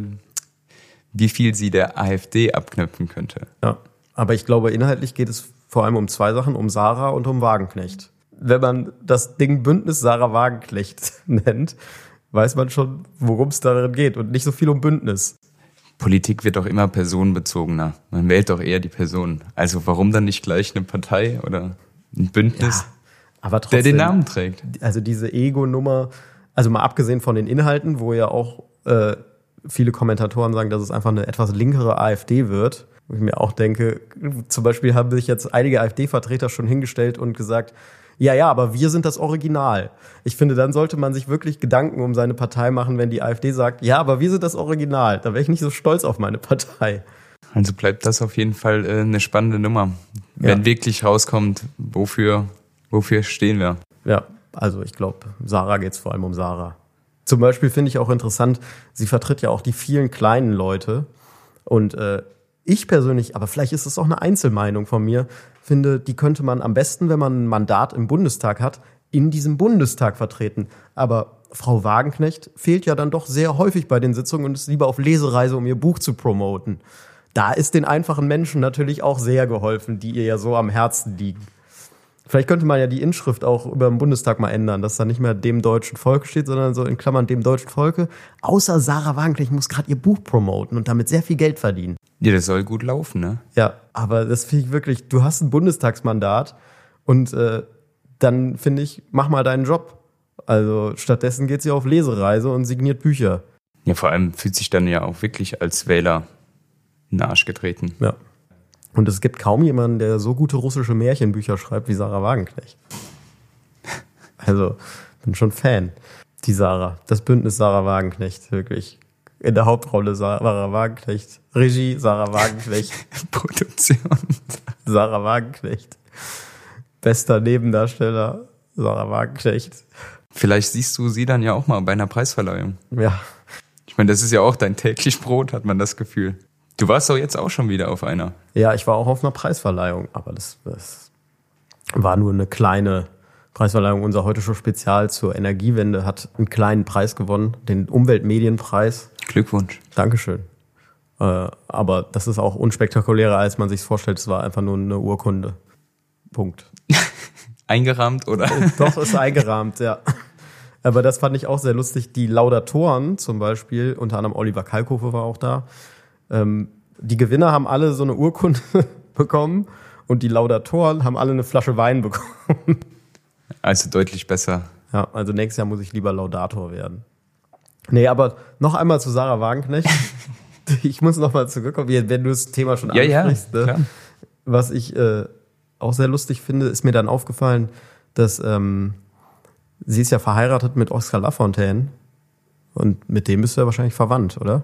wie viel sie der AfD abknöpfen könnte. Ja, aber ich glaube, inhaltlich geht es vor allem um zwei Sachen, um Sarah und um Wagenknecht. Wenn man das Ding Bündnis Sarah Wagenknecht nennt, weiß man schon, worum es darin geht und nicht so viel um Bündnis. Politik wird doch immer personenbezogener. Man wählt doch eher die Person. Also warum dann nicht gleich eine Partei oder ein Bündnis, Aber der trotzdem, den Namen trägt? also diese Ego-Nummer, also mal abgesehen von den Inhalten, wo ja auch äh, viele Kommentatoren sagen, dass es einfach eine etwas linkere AfD wird, wo ich mir auch denke, zum Beispiel haben sich jetzt einige AfD-Vertreter schon hingestellt und gesagt, ja, ja, aber wir sind das Original. Ich finde, dann sollte man sich wirklich Gedanken um seine Partei machen, wenn die AfD sagt, ja, aber wir sind das Original. Da wäre ich nicht so stolz auf meine Partei. Also bleibt das auf jeden Fall äh, eine spannende Nummer. Wenn Ja. wirklich rauskommt, wofür, wofür stehen wir? Ja, also ich glaube, Sarah geht's vor allem um Sarah. Zum Beispiel finde ich auch interessant, sie vertritt ja auch die vielen kleinen Leute und äh, ich persönlich, aber vielleicht ist es auch eine Einzelmeinung von mir, finde, die könnte man am besten, wenn man ein Mandat im Bundestag hat, in diesem Bundestag vertreten. Aber Frau Wagenknecht fehlt ja dann doch sehr häufig bei den Sitzungen und ist lieber auf Lesereise, um ihr Buch zu promoten. Da ist den einfachen Menschen natürlich auch sehr geholfen, die ihr ja so am Herzen liegen. Vielleicht könnte man ja die Inschrift auch über den Bundestag mal ändern, dass da nicht mehr dem deutschen Volk steht, sondern so in Klammern dem deutschen Volke. Außer Sarah Wagenknecht muss gerade ihr Buch promoten und damit sehr viel Geld verdienen. Ja, das soll gut laufen, ne? Ja, aber das finde ich wirklich, du hast ein Bundestagsmandat und äh, dann finde ich, mach mal deinen Job. Also stattdessen geht sie auf Lesereise und signiert Bücher. Ja, vor allem fühlt sich dann ja auch wirklich als Wähler in den Arsch getreten. Ja. Und es gibt kaum jemanden, der so gute russische Märchenbücher schreibt wie Sarah Wagenknecht. Also, bin schon Fan. Die Sarah, das Bündnis Sarah Wagenknecht, wirklich. In der Hauptrolle Sarah Wagenknecht. Regie Sarah Wagenknecht. Produktion Sarah Wagenknecht. Bester Nebendarsteller Sarah Wagenknecht. Vielleicht siehst du sie dann ja auch mal bei einer Preisverleihung. Ja. Ich meine, das ist ja auch dein täglich Brot, hat man das Gefühl. Du warst doch jetzt auch schon wieder auf einer. Ja, ich war auch auf einer Preisverleihung, aber das, das war nur eine kleine Preisverleihung. Unser Heute Show Spezial zur Energiewende hat einen kleinen Preis gewonnen, den Umweltmedienpreis. Glückwunsch. Dankeschön. Äh, aber das ist auch unspektakulärer, als man sich vorstellt. Es war einfach nur eine Urkunde. Punkt. Eingerahmt, oder? Doch, ist eingerahmt, ja. Aber das fand ich auch sehr lustig. Die Laudatoren zum Beispiel, unter anderem Oliver Kalkofe war auch da, Ähm, die Gewinner haben alle so eine Urkunde bekommen und die Laudatoren haben alle eine Flasche Wein bekommen. Also deutlich besser. Ja, also nächstes Jahr muss ich lieber Laudator werden. Nee, aber noch einmal zu Sarah Wagenknecht. Ich muss noch mal zurückkommen, wenn du das Thema schon ja, ansprichst. Ja, ne? Was ich äh, auch sehr lustig finde, ist mir dann aufgefallen, dass ähm, sie ist ja verheiratet mit Oscar Lafontaine und mit dem bist du ja wahrscheinlich verwandt, oder?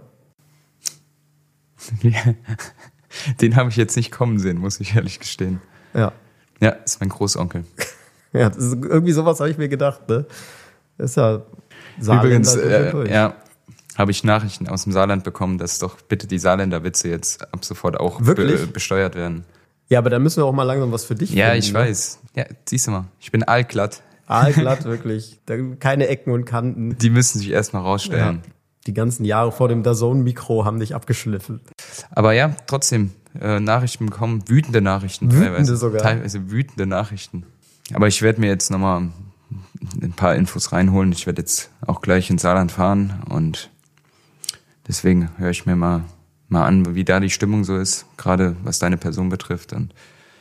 Den habe ich jetzt nicht kommen sehen, muss ich ehrlich gestehen. Ja. Ja, ist mein Großonkel. Ja, das ist, irgendwie sowas habe ich mir gedacht, ne? Das ist ja Saarländer. Übrigens, äh, ja, habe ich Nachrichten aus dem Saarland bekommen, dass doch bitte die Saarländer-Witze jetzt ab sofort auch be- besteuert werden. Ja, aber dann müssen wir auch mal langsam was für dich Ja, finden, ich ne? weiß. Ja, siehst du mal, ich bin allglatt. Aalglatt, wirklich. Da, keine Ecken und Kanten. Die müssen sich erstmal rausstellen. Ja. Die ganzen Jahre vor dem DAZN-Mikro haben dich abgeschliffen. Aber ja, trotzdem, äh, Nachrichten bekommen, wütende Nachrichten Wütende teilweise. sogar. Teilweise wütende Nachrichten. Aber ich werde mir jetzt nochmal ein paar Infos reinholen. Ich werde jetzt auch gleich ins Saarland fahren und deswegen höre ich mir mal, mal an, wie da die Stimmung so ist, gerade was deine Person betrifft. Und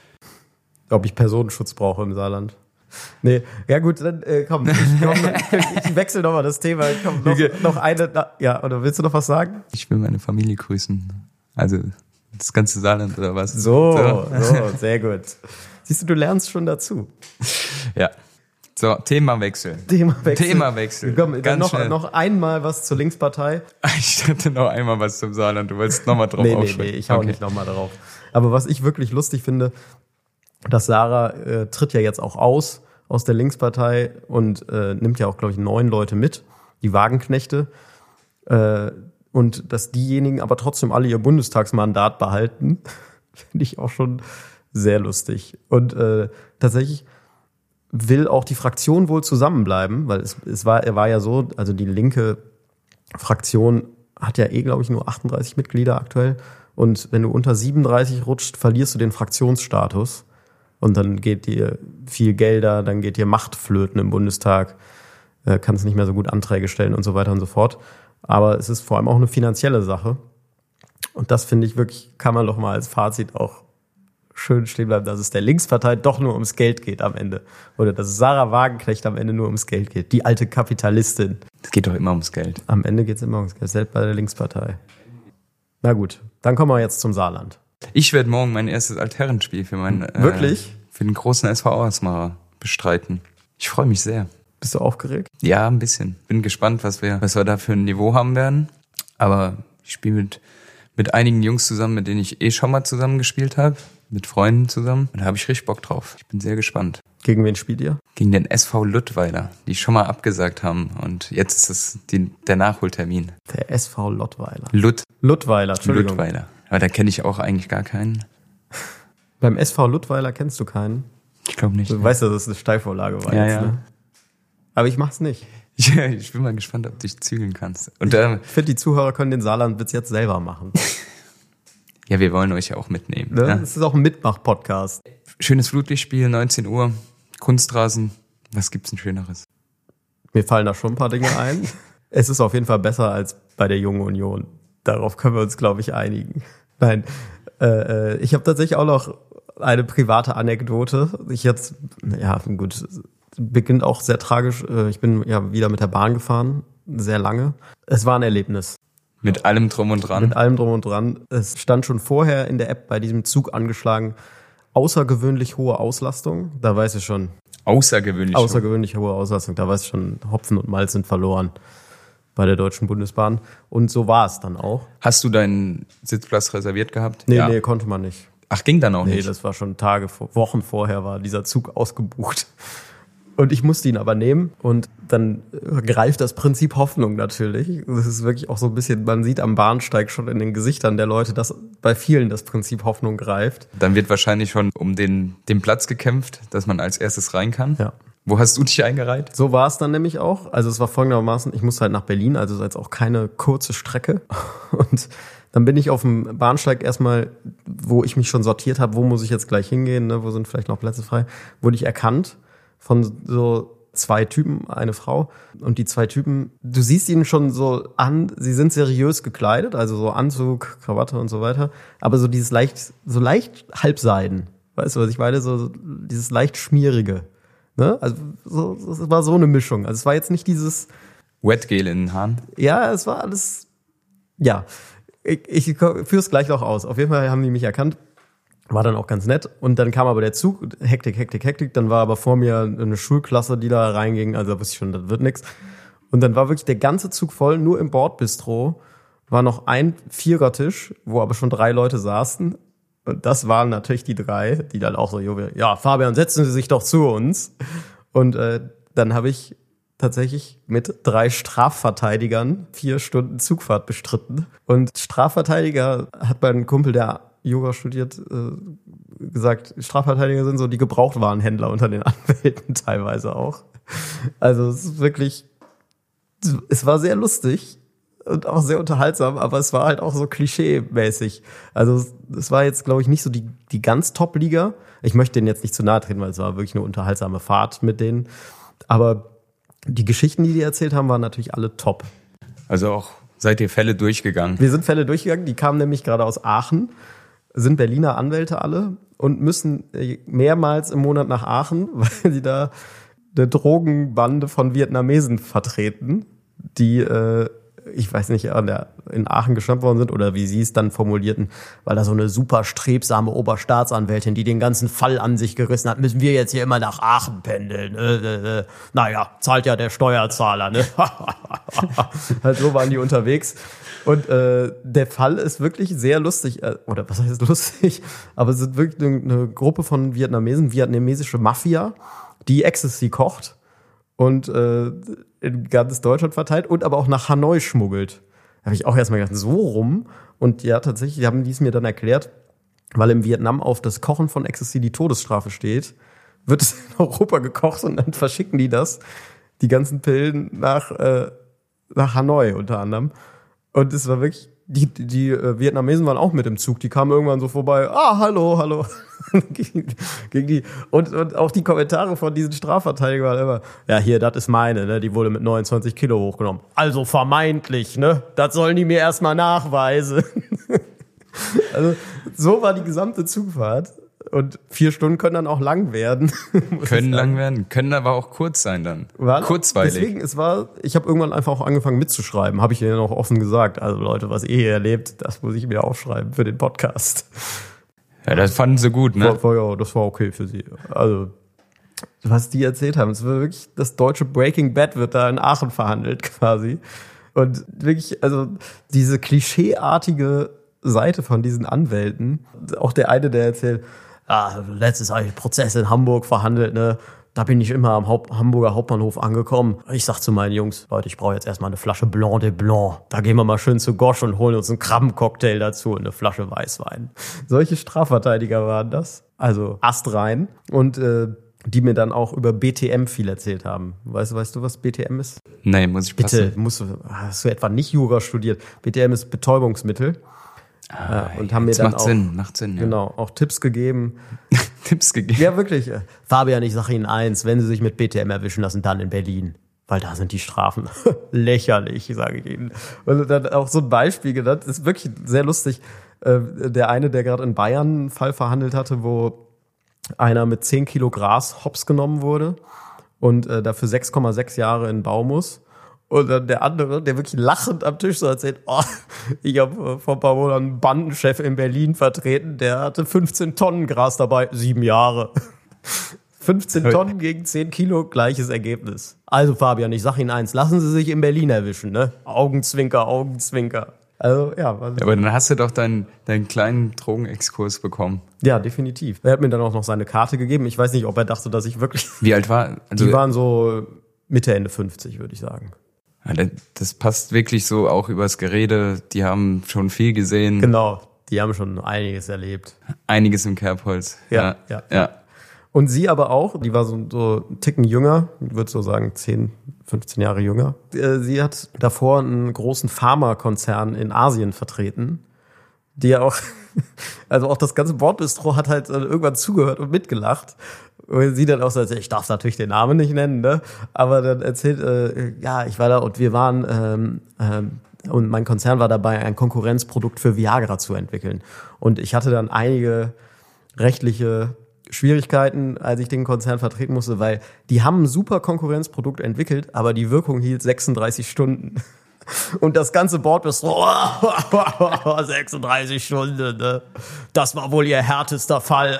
ob ich Personenschutz brauche im Saarland. Nee, ja gut, dann äh, komm, ich, komm, ich wechsle nochmal das Thema. Komm, noch, noch eine, na, ja, oder willst du noch was sagen? Ich will meine Familie grüßen. Also das ganze Saarland oder was? So, so, so sehr gut. Siehst du, du lernst schon dazu. Ja. So, Themawechsel. Themawechsel. Themawechsel. Komm, dann Ganz noch, schnell. noch einmal was zur Linkspartei. Ich hatte noch einmal was zum Saarland. Du wolltest nochmal drauf nee, nee, aufschreiben. nee, ich hau Okay. nicht nochmal drauf. Aber was ich wirklich lustig finde, dass Sarah äh, tritt ja jetzt auch aus aus der Linkspartei und äh, nimmt ja auch, glaube ich, neun Leute mit, die Wagenknechte. Äh, und dass diejenigen aber trotzdem alle ihr Bundestagsmandat behalten, finde ich auch schon sehr lustig. Und äh, tatsächlich will auch die Fraktion wohl zusammenbleiben, weil es, es war, er war ja so, also die linke Fraktion hat ja eh, glaube ich, nur achtunddreißig Mitglieder aktuell. Und wenn du unter siebenunddreißig rutscht, verlierst du den Fraktionsstatus. Und dann geht dir viel Gelder, dann geht dir Macht flöten im Bundestag, äh, kannst nicht mehr so gut Anträge stellen und so weiter und so fort. Aber es ist vor allem auch eine finanzielle Sache. Und das finde ich wirklich, kann man doch mal als Fazit auch schön stehen bleiben, dass es der Linkspartei doch nur ums Geld geht am Ende. Oder dass es Sarah Wagenknecht am Ende nur ums Geld geht. Die alte Kapitalistin. Es geht doch immer ums Geld. Am Ende geht es immer ums Geld, selbst bei der Linkspartei. Na gut, dann kommen wir jetzt zum Saarland. Ich werde morgen mein erstes Altherrenspiel für meinen Wirklich? Äh, für den großen S V Ausmacher bestreiten. Ich freue mich sehr. Bist du aufgeregt? Ja, ein bisschen. Bin gespannt, was wir, was wir da für ein Niveau haben werden. Aber ich spiele mit, mit einigen Jungs zusammen, mit denen ich eh schon mal zusammen gespielt habe. Mit Freunden zusammen. Und da habe ich richtig Bock drauf. Ich bin sehr gespannt. Gegen wen spielt ihr? Gegen den S V Luttweiler, die schon mal abgesagt haben. Und jetzt ist es die, der Nachholtermin. Der S V Lottweiler. Lutt. Luttweiler, Entschuldigung. Luttweiler. Aber da kenne ich auch eigentlich gar keinen. Beim S V Luttweiler kennst du keinen? Ich glaube nicht. Du ne? weißt ja, dass es eine Steilvorlage war Ja, jetzt, ja. ne? Aber ich mach's nicht. Ja, ich bin mal gespannt, ob du dich zügeln kannst. Und ähm, Ich finde, die Zuhörer können den Saarlandwitz jetzt selber machen. ja, wir wollen euch ja auch mitnehmen. Ne? Ja. Das ist auch ein Mitmach-Podcast. Schönes Flutlichtspiel, neunzehn Uhr, Kunstrasen. Was gibt's denn Schöneres? Mir fallen da schon ein paar Dinge ein. Es ist auf jeden Fall besser als bei der Jungen Union. Darauf können wir uns, glaube ich, einigen. Nein, äh, ich habe tatsächlich auch noch eine private Anekdote. Ich jetzt, ja gut, beginnt auch sehr tragisch. Ich bin ja wieder mit der Bahn gefahren, sehr lange. Es war ein Erlebnis. Mit allem drum und dran. Mit allem drum und dran. Es stand schon vorher in der App bei diesem Zug angeschlagen, außergewöhnlich hohe Auslastung. Da weiß ich schon. Außergewöhnlich. Außergewöhnlich hohe Auslastung. Da weiß ich schon, Hopfen und Malz sind verloren bei der Deutschen Bundesbahn. Und so war es dann auch. Hast du deinen Sitzplatz reserviert gehabt? Nee, ja. nee, konnte man nicht. Ach, ging dann auch Nee, nicht? das war schon Tage, Wochen vorher war dieser Zug ausgebucht. Und ich musste ihn aber nehmen und dann greift das Prinzip Hoffnung natürlich. Das ist wirklich auch so ein bisschen, man sieht am Bahnsteig schon in den Gesichtern der Leute, dass bei vielen das Prinzip Hoffnung greift. Dann wird wahrscheinlich schon um den, den Platz gekämpft, dass man als erstes rein kann. Ja. Wo hast du dich eingereiht? So war es dann nämlich auch. Also es war folgendermaßen, ich musste halt nach Berlin, also es ist jetzt auch keine kurze Strecke. Und dann bin ich auf dem Bahnsteig erstmal, wo ich mich schon sortiert habe, wo muss ich jetzt gleich hingehen, ne? Wo sind vielleicht noch Plätze frei, wurde ich erkannt von so zwei Typen, eine Frau. Und die zwei Typen, du siehst ihnen schon so an, sie sind seriös gekleidet, also so Anzug, Krawatte und so weiter. Aber so dieses leicht, so leicht Halbseiden. Weißt du, was ich meine? So dieses leicht Schmierige. Ne? Also so, es war so eine Mischung. Also es war jetzt nicht dieses... Wetgel in den Haaren? Ja, es war alles... Ja, ich, ich führe es gleich noch aus. Auf jeden Fall haben die mich erkannt. War dann auch ganz nett. Und dann kam aber der Zug, Hektik, Hektik, Hektik. Dann war aber vor mir eine Schulklasse, die da reinging. Also da wusste ich schon, das wird nix. Und dann war wirklich der ganze Zug voll. Nur im Bordbistro war noch ein Vierertisch, wo aber schon drei Leute saßen. Und das waren natürlich die drei, die dann auch so, ja, Fabian, setzen Sie sich doch zu uns. Und äh, dann habe ich tatsächlich mit drei Strafverteidigern vier Stunden Zugfahrt bestritten. Und Strafverteidiger hat mein Kumpel, der Yoga studiert, äh, gesagt, Strafverteidiger sind so die Gebrauchtwarenhändler unter den Anwälten teilweise auch. Also es ist wirklich, es war sehr lustig und auch sehr unterhaltsam, aber es war halt auch so klischee-mäßig. Also es war jetzt, glaube ich, nicht so die, die ganz Top-Liga. Ich möchte denen jetzt nicht zu nahe treten, weil es war wirklich eine unterhaltsame Fahrt mit denen. Aber die Geschichten, die die erzählt haben, waren natürlich alle top. Also auch seid ihr Fälle durchgegangen? Wir sind Fälle durchgegangen, die kamen nämlich gerade aus Aachen, sind Berliner Anwälte alle und müssen mehrmals im Monat nach Aachen, weil sie da eine Drogenbande von Vietnamesen vertreten, die, äh, ich weiß nicht, an der, in Aachen geschnappt worden sind oder wie sie es dann formulierten, weil da so eine super strebsame Oberstaatsanwältin, die den ganzen Fall an sich gerissen hat, müssen wir jetzt hier immer nach Aachen pendeln. Äh, äh, äh. Naja, zahlt ja der Steuerzahler, ne? Halt so waren die unterwegs. Und äh, der Fall ist wirklich sehr lustig, äh, oder was heißt lustig, aber es ist wirklich eine, eine Gruppe von Vietnamesen, vietnamesische Mafia, die Ecstasy kocht und äh, in ganz Deutschland verteilt und aber auch nach Hanoi schmuggelt. Da habe ich auch erstmal gedacht, so rum. Und ja, tatsächlich haben die es mir dann erklärt, weil im Vietnam auf das Kochen von Ecstasy die Todesstrafe steht, wird es in Europa gekocht und dann verschicken die das, die ganzen Pillen nach, äh, nach Hanoi unter anderem. Und es war wirklich, die, die, die äh, Vietnamesen waren auch mit im Zug, die kamen irgendwann so vorbei, ah, hallo, hallo. gegen, gegen die, und, und auch die Kommentare von diesen Strafverteidigern waren immer, ja, hier, das ist meine, ne, die wurde mit neunundzwanzig Kilo hochgenommen. Also vermeintlich, ne, das sollen die mir erstmal nachweisen. Also, so war die gesamte Zugfahrt. Und vier Stunden können dann auch lang werden. Können lang werden, können aber auch kurz sein dann. War Kurzweilig. Deswegen, es war, ich habe irgendwann einfach auch angefangen mitzuschreiben, habe ich ihnen auch offen gesagt. Also Leute, was ihr hier erlebt, das muss ich mir aufschreiben für den Podcast. Ja, das fanden sie gut, ne? War, war, ja, das war okay für sie. Also, was die erzählt haben, es war wirklich, das deutsche Breaking Bad wird da in Aachen verhandelt quasi. Und wirklich, also diese klischeeartige Seite von diesen Anwälten, auch der eine, der erzählt, ah, letztes habe ich Prozess in Hamburg verhandelt, ne? Da bin ich immer am Haupt- Hamburger Hauptbahnhof angekommen. Ich sag zu meinen Jungs, Leute, ich brauche jetzt erstmal eine Flasche Blanc de Blanc. Da gehen wir mal schön zu Gosch und holen uns einen Krabbencocktail dazu und eine Flasche Weißwein. Solche Strafverteidiger waren das. Also astrein. Und äh, die mir dann auch über B T M viel erzählt haben. Weißt, weißt du, was B T M ist? Nein, muss ich passen. Bitte, musst du, hast du etwa nicht Jura studiert? B T M ist Betäubungsmittel. Ah, äh, und haben mir das dann macht auch, Sinn, macht Sinn, ja. Genau, auch Tipps gegeben. Tipps gegeben. Ja, wirklich. Fabian, ich sage Ihnen eins, wenn Sie sich mit B T M erwischen lassen, dann in Berlin. Weil da sind die Strafen lächerlich, sage ich Ihnen. Und dann auch so ein Beispiel genannt, ist wirklich sehr lustig. Der eine, der gerade in Bayern einen Fall verhandelt hatte, wo einer mit zehn Kilo Gras hops genommen wurde und äh, dafür sechs Komma sechs Jahre in Bau muss. Und dann der andere, der wirklich lachend am Tisch so erzählt, oh, ich habe äh, vor ein paar Monaten einen Bandenchef in Berlin vertreten, der hatte fünfzehn Tonnen Gras dabei, sieben Jahre. fünfzehn Tonnen gegen zehn Kilo, gleiches Ergebnis. Also Fabian, ich sag Ihnen eins, lassen Sie sich in Berlin erwischen, ne? Augenzwinker, Augenzwinker. Also, ja. ja. Aber dann hast du doch deinen, deinen kleinen Drogenexkurs bekommen. Ja, definitiv. Er hat mir dann auch noch seine Karte gegeben. Ich weiß nicht, ob er dachte, dass ich wirklich... Wie alt war? Also, die waren so Mitte, Ende fünfzig, würde ich sagen. Ja, das passt wirklich so auch übers Gerede. Die haben schon viel gesehen. Genau, die haben schon einiges erlebt. Einiges im Kerbholz. Ja, ja. ja. ja. Und sie aber auch, die war so, so einen Ticken jünger, ich würde so sagen zehn, fünfzehn Jahre jünger. Sie hat davor einen großen Pharmakonzern in Asien vertreten, die ja auch, also auch das ganze Bordbistro hat halt irgendwann zugehört und mitgelacht. Und sie dann auch so, ich darf natürlich den Namen nicht nennen, ne? Aber dann erzählt, äh, ja, ich war da und wir waren, ähm, ähm, und mein Konzern war dabei, ein Konkurrenzprodukt für Viagra zu entwickeln. Und ich hatte dann einige rechtliche Schwierigkeiten, als ich den Konzern vertreten musste, weil die haben ein super Konkurrenzprodukt entwickelt, aber die Wirkung hielt sechsunddreißig Stunden. Und das ganze Bordbistro, sechsunddreißig Stunden, ne? Das war wohl ihr härtester Fall.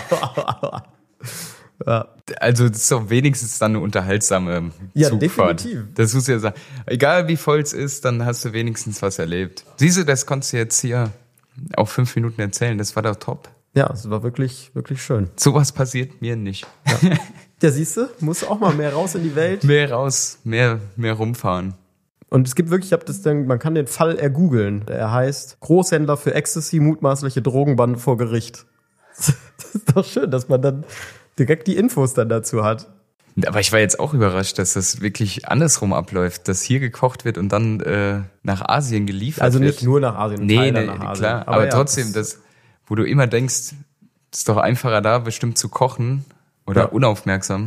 Ja. Also das ist doch wenigstens dann eine unterhaltsame ja, Zugfahrt. Definitiv. Das muss ja sagen. Egal wie voll es ist, dann hast du wenigstens was erlebt. Siehst du, das konntest du jetzt hier auch fünf Minuten erzählen. Das war doch top. Ja, es war wirklich, wirklich schön. Sowas passiert mir nicht. Ja, ja siehst du, musst auch mal mehr raus in die Welt. Mehr raus, mehr, mehr rumfahren. Und es gibt wirklich, ich habe das dann, man kann den Fall ergoogeln. Er heißt Großhändler für Ecstasy, mutmaßliche Drogenbande vor Gericht. Das ist doch schön, dass man dann direkt die Infos dann dazu hat. Aber ich war jetzt auch überrascht, dass das wirklich andersrum abläuft, dass hier gekocht wird und dann äh, nach Asien geliefert also wird. Also nicht nur nach Asien, nee, nee, nee, nach Asien. klar. Aber, aber ja, trotzdem, das, wo du immer denkst, es ist doch einfacher da, bestimmt zu kochen oder ja. unaufmerksam.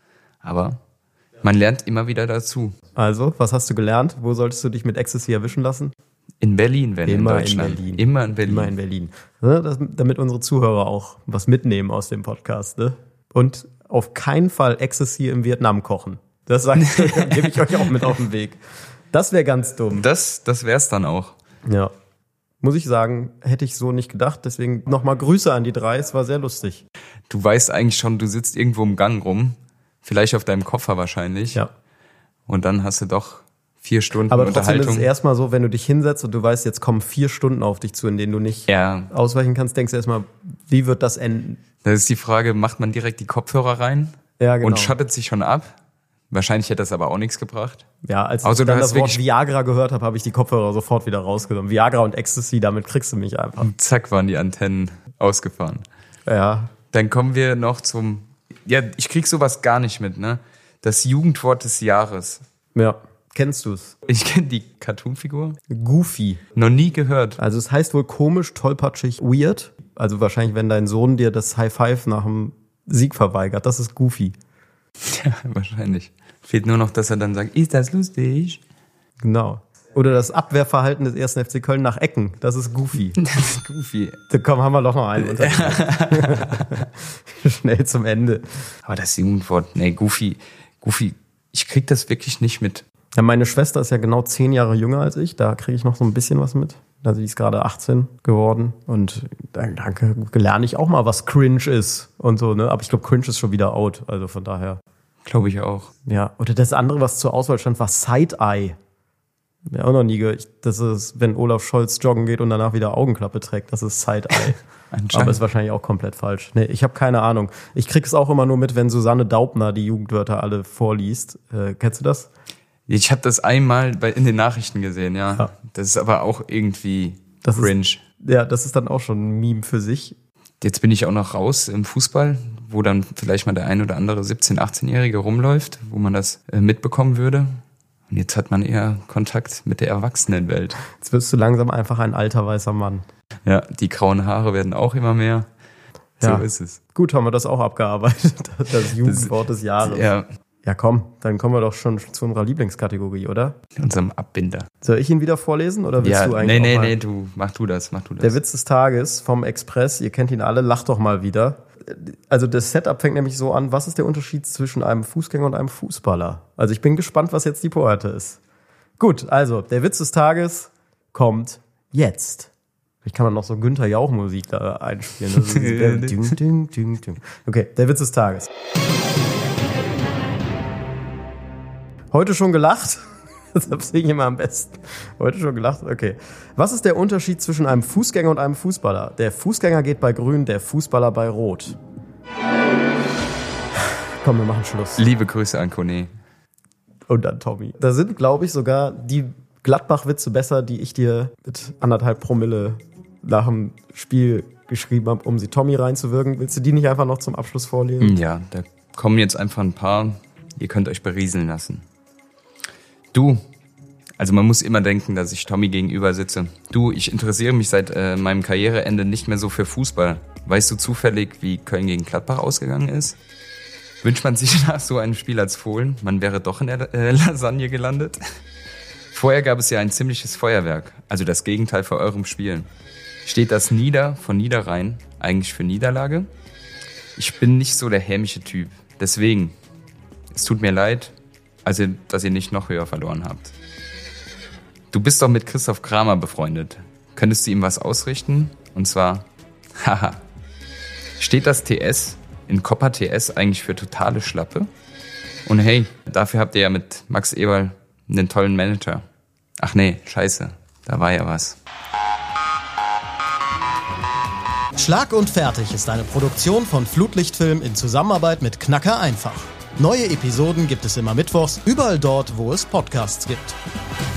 Aber man lernt immer wieder dazu. Also, was hast du gelernt? Wo solltest du dich mit Ecstasy erwischen lassen? In Berlin, wenn immer in Deutschland. In Berlin. Immer in Berlin. Immer in Berlin. Ja, das, damit unsere Zuhörer auch was mitnehmen aus dem Podcast. Ne? Und auf keinen Fall Ecstasy im Vietnam kochen. Das sage ich, gebe ich euch auch mit auf den Weg. Das wäre ganz dumm. Das, das wär's dann auch. Ja. Muss ich sagen, hätte ich so nicht gedacht. Deswegen nochmal Grüße an die drei. Es war sehr lustig. Du weißt eigentlich schon, du sitzt irgendwo im Gang rum. Vielleicht auf deinem Koffer wahrscheinlich. Ja. Und dann hast du doch vier Stunden Aber Unterhaltung. Aber trotzdem ist es erstmal so, wenn du dich hinsetzt und du weißt, jetzt kommen vier Stunden auf dich zu, in denen du nicht ja. ausweichen kannst, denkst du erstmal, wie wird das enden? Da ist die Frage, macht man direkt die Kopfhörer rein? Ja, genau. Und schattet sich schon ab? Wahrscheinlich hätte das aber auch nichts gebracht. Ja, als also, ich dann das Wort Viagra gehört habe, habe ich die Kopfhörer sofort wieder rausgenommen. Viagra und Ecstasy, damit kriegst du mich einfach. Und zack, waren die Antennen ausgefahren. Ja. Dann kommen wir noch zum, ja, ich krieg sowas gar nicht mit, ne? Das Jugendwort des Jahres. Ja. Kennst du's? Ich kenne die Cartoonfigur. Goofy. Noch nie gehört. Also es heißt wohl komisch, tollpatschig, weird. Also wahrscheinlich, wenn dein Sohn dir das High Five nach dem Sieg verweigert. Das ist Goofy. Ja, wahrscheinlich. Fehlt nur noch, dass er dann sagt, ist das lustig? Genau. Oder das Abwehrverhalten des ersten F C Köln nach Ecken. Das ist Goofy. Das ist Goofy. Da komm, haben wir doch noch einen. Schnell zum Ende. Aber das Jugendwort, nee, Goofy, Goofy, ich krieg das wirklich nicht mit. Ja, meine Schwester ist ja genau zehn Jahre jünger als ich. Da kriege ich noch so ein bisschen was mit. Also die ist gerade achtzehn geworden. Und danke, lerne ich auch mal, was cringe ist und so, ne? Aber ich glaube, cringe ist schon wieder out. Also von daher. Glaube ich auch. Ja. Oder das andere, was zur Auswahl stand, war Side-Eye. Ja, auch noch nie gehört. Das ist, wenn Olaf Scholz joggen geht und danach wieder Augenklappe trägt, das ist Side-Eye. Aber ist wahrscheinlich auch komplett falsch. Nee, ich habe keine Ahnung. Ich krieg's auch immer nur mit, wenn Susanne Daubner die Jugendwörter alle vorliest. Äh, kennst du das? Ich habe das einmal bei, in den Nachrichten gesehen, ja. ja. Das ist aber auch irgendwie das cringe. Ist, ja, das ist dann auch schon ein Meme für sich. Jetzt bin ich auch noch raus im Fußball, wo dann vielleicht mal der ein oder andere siebzehn-, achtzehnjährige rumläuft, wo man das äh, mitbekommen würde. Und jetzt hat man eher Kontakt mit der Erwachsenenwelt. Jetzt wirst du langsam einfach ein alter weißer Mann. Ja, die grauen Haare werden auch immer mehr. So ja. ist es. Gut, haben wir das auch abgearbeitet. Das Jugendwort des Jahres. Ja. Ja, komm, dann kommen wir doch schon zu unserer Lieblingskategorie, oder? Unserem Abbinder. Soll ich ihn wieder vorlesen oder willst ja, du eigentlich? Nee, nee, nee, du, mach du das, mach du das. Der Witz des Tages vom Express, ihr kennt ihn alle, lacht doch mal wieder. Also das Setup fängt nämlich so an, was ist der Unterschied zwischen einem Fußgänger und einem Fußballer? Also ich bin gespannt, was jetzt die Pointe ist. Gut, also der Witz des Tages kommt jetzt. Vielleicht kann man noch so Günther Jauch-Musik da einspielen. Also ding, ding, ding, ding. Okay, der Witz des Tages. Heute schon gelacht? Deshalb singe ich immer am besten. Heute schon gelacht? Okay. Was ist der Unterschied zwischen einem Fußgänger und einem Fußballer? Der Fußgänger geht bei grün, der Fußballer bei rot. Komm, wir machen Schluss. Liebe Grüße an Kone. Und an Tommy. Da sind, glaube ich, sogar die Gladbach-Witze besser, die ich dir mit anderthalb Promille nach dem Spiel geschrieben habe, um sie Tommy reinzuwirken. Willst du die nicht einfach noch zum Abschluss vorlesen? Ja, da kommen jetzt einfach ein paar. Ihr könnt euch berieseln lassen. Du, also man muss immer denken, dass ich Tommy gegenüber sitze. Du, ich interessiere mich seit äh, meinem Karriereende nicht mehr so für Fußball. Weißt du zufällig, wie Köln gegen Gladbach ausgegangen ist? Wünscht man sich nach so einem Spiel als Fohlen, man wäre doch in der äh, Lasagne gelandet? Vorher gab es ja ein ziemliches Feuerwerk, also das Gegenteil vor eurem Spiel. Steht das Nieder von Niederrhein eigentlich für Niederlage? Ich bin nicht so der hämische Typ, deswegen, es tut mir leid, also dass ihr nicht noch höher verloren habt. Du bist doch mit Christoph Kramer befreundet. Könntest du ihm was ausrichten? Und zwar, haha, steht das T S in Copa T S eigentlich für totale Schlappe? Und hey, dafür habt ihr ja mit Max Eberl einen tollen Manager. Ach nee, scheiße, da war ja was. Schlag und Fertig ist eine Produktion von Flutlichtfilm in Zusammenarbeit mit Knacker einfach. Neue Episoden gibt es immer mittwochs, überall dort, wo es Podcasts gibt.